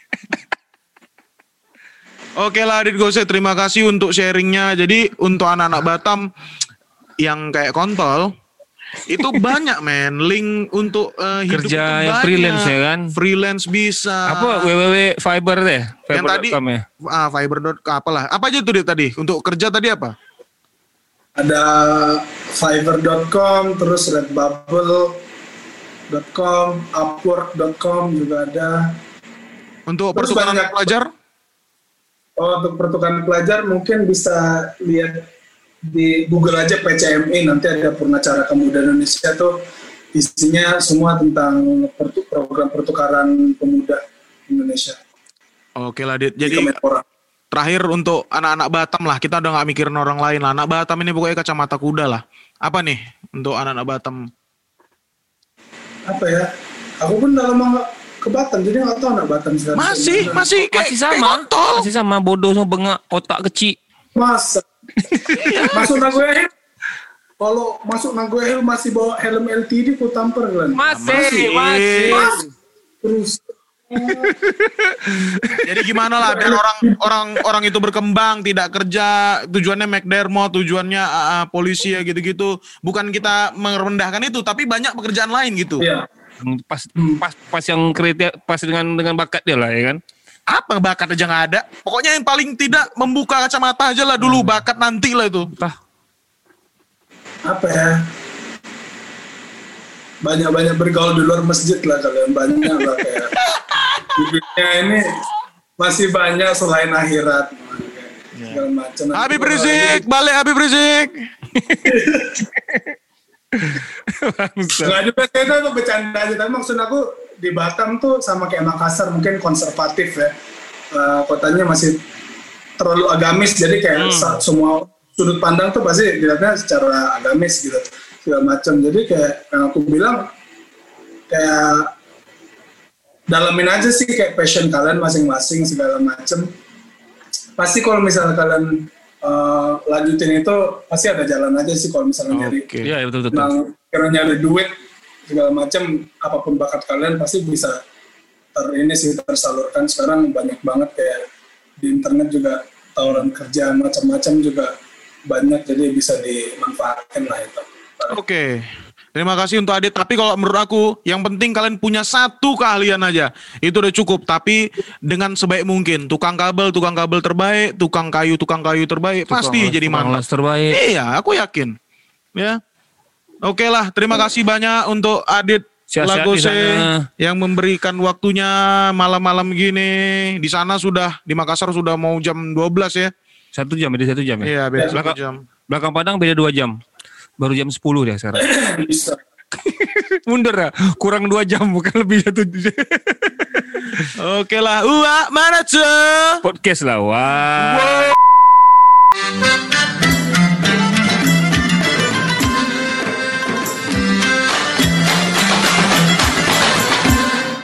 Oke lah Adit Gose, terima kasih untuk sharingnya. Jadi untuk anak-anak Batam yang kayak kontol itu banyak men link untuk uh, hidup Kerja itu yang banyak. freelance ya kan? Freelance bisa. Apa www Fiverr deh? Yang tadi Fiverr dot com ya? ah Fiverr dot com apalah. Apa aja tuh Dit, tadi? Untuk kerja tadi apa? Ada fiverr dot com, terus redbubble dot com, upwork dot com juga ada. Untuk Terus pertukaran banyak- pelajar? Oh, untuk pertukaran pelajar mungkin bisa lihat di Google aja P C M I, nanti ada Purnacara Pemuda Indonesia tuh isinya semua tentang pertu- program pertukaran pemuda Indonesia. Oke lah Dit. Di Jadi Kemenpora. terakhir untuk anak-anak Batam lah, kita udah nggak mikirin orang lain lah. Anak Batam ini pokoknya kacamata kuda lah. Apa nih untuk anak-anak Batam? Apa ya? Aku pun udah lama nggak ke Batam, jadi nggak tahu anak Batam sekarang. Masih, Gimana. masih kayak, Masih kayak sama. kontol. Masih sama bodoh sama bengak, otak kecil. Masa? Maksud aku ya, kalau masuk Nagoya Hill masih bawa helm L T D ku tampar kan? Masih, masih. Mas, terus. Jadi gimana lah biar orang orang orang itu berkembang, tidak kerja, tujuannya McDermott, tujuannya uh, polisi ya gitu-gitu. Bukan kita merendahkan itu, tapi banyak pekerjaan lain gitu. Iya. Pas pas pas yang kriteria pas dengan dengan bakat dia lah ya kan. Apa bakat aja nggak ada. Pokoknya yang paling tidak membuka kacamata aja lah dulu, bakat nanti lah itu. Entah. Apa ya? Banyak-banyak bergaul di luar masjid lah kalian, banyak lah kayak. Di dunia ini masih banyak selain akhirat. Segala macam. Habib Rizik, balik Habib Rizik. Nggak juga kayak itu tuh bercanda aja, tapi maksud aku di Batam tuh sama kayak Makassar mungkin konservatif ya. Uh, kotanya masih terlalu agamis, jadi kayak hmm. semua sudut pandang tuh pasti dilihatnya secara agamis gitu, segala macam. Jadi kayak yang aku bilang kayak dalamin aja sih kayak passion kalian masing-masing segala macem. Pasti kalau misalnya kalian uh, lanjutin itu pasti ada jalan aja sih kalau misalnya nyari. Oke. Iya, betul betul. Nah, karena nyari duit segala macem, apapun bakat kalian pasti bisa ter ini sih tersalurkan. Sekarang banyak banget kayak di internet juga tawaran kerja macam-macam juga banyak, jadi bisa dimanfaatkan lah itu. Oke. Terima kasih untuk Adit. Tapi kalau menurut aku, yang penting kalian punya satu keahlian aja. Itu udah cukup. Tapi dengan sebaik mungkin. Tukang kabel, tukang kabel terbaik. Tukang kayu, tukang kayu terbaik. Tukang pasti las, jadi mantap. Terbaik. Iya, aku yakin. Ya. Oke lah, terima kasih banyak untuk Adit Lagose yang memberikan waktunya malam-malam gini. Di sana sudah, di Makassar sudah mau jam dua belas ya. Satu jam, beda satu jam ya? Iya, beda belakang, satu jam. Belakang Padang beda dua jam. Baru jam sepuluh dia sekarang. Bisa. Mundur ya? Kurang dua jam, bukan lebih satu jam. Oke lah. Wah, mana tuh? Podcast lah, wah. Wow.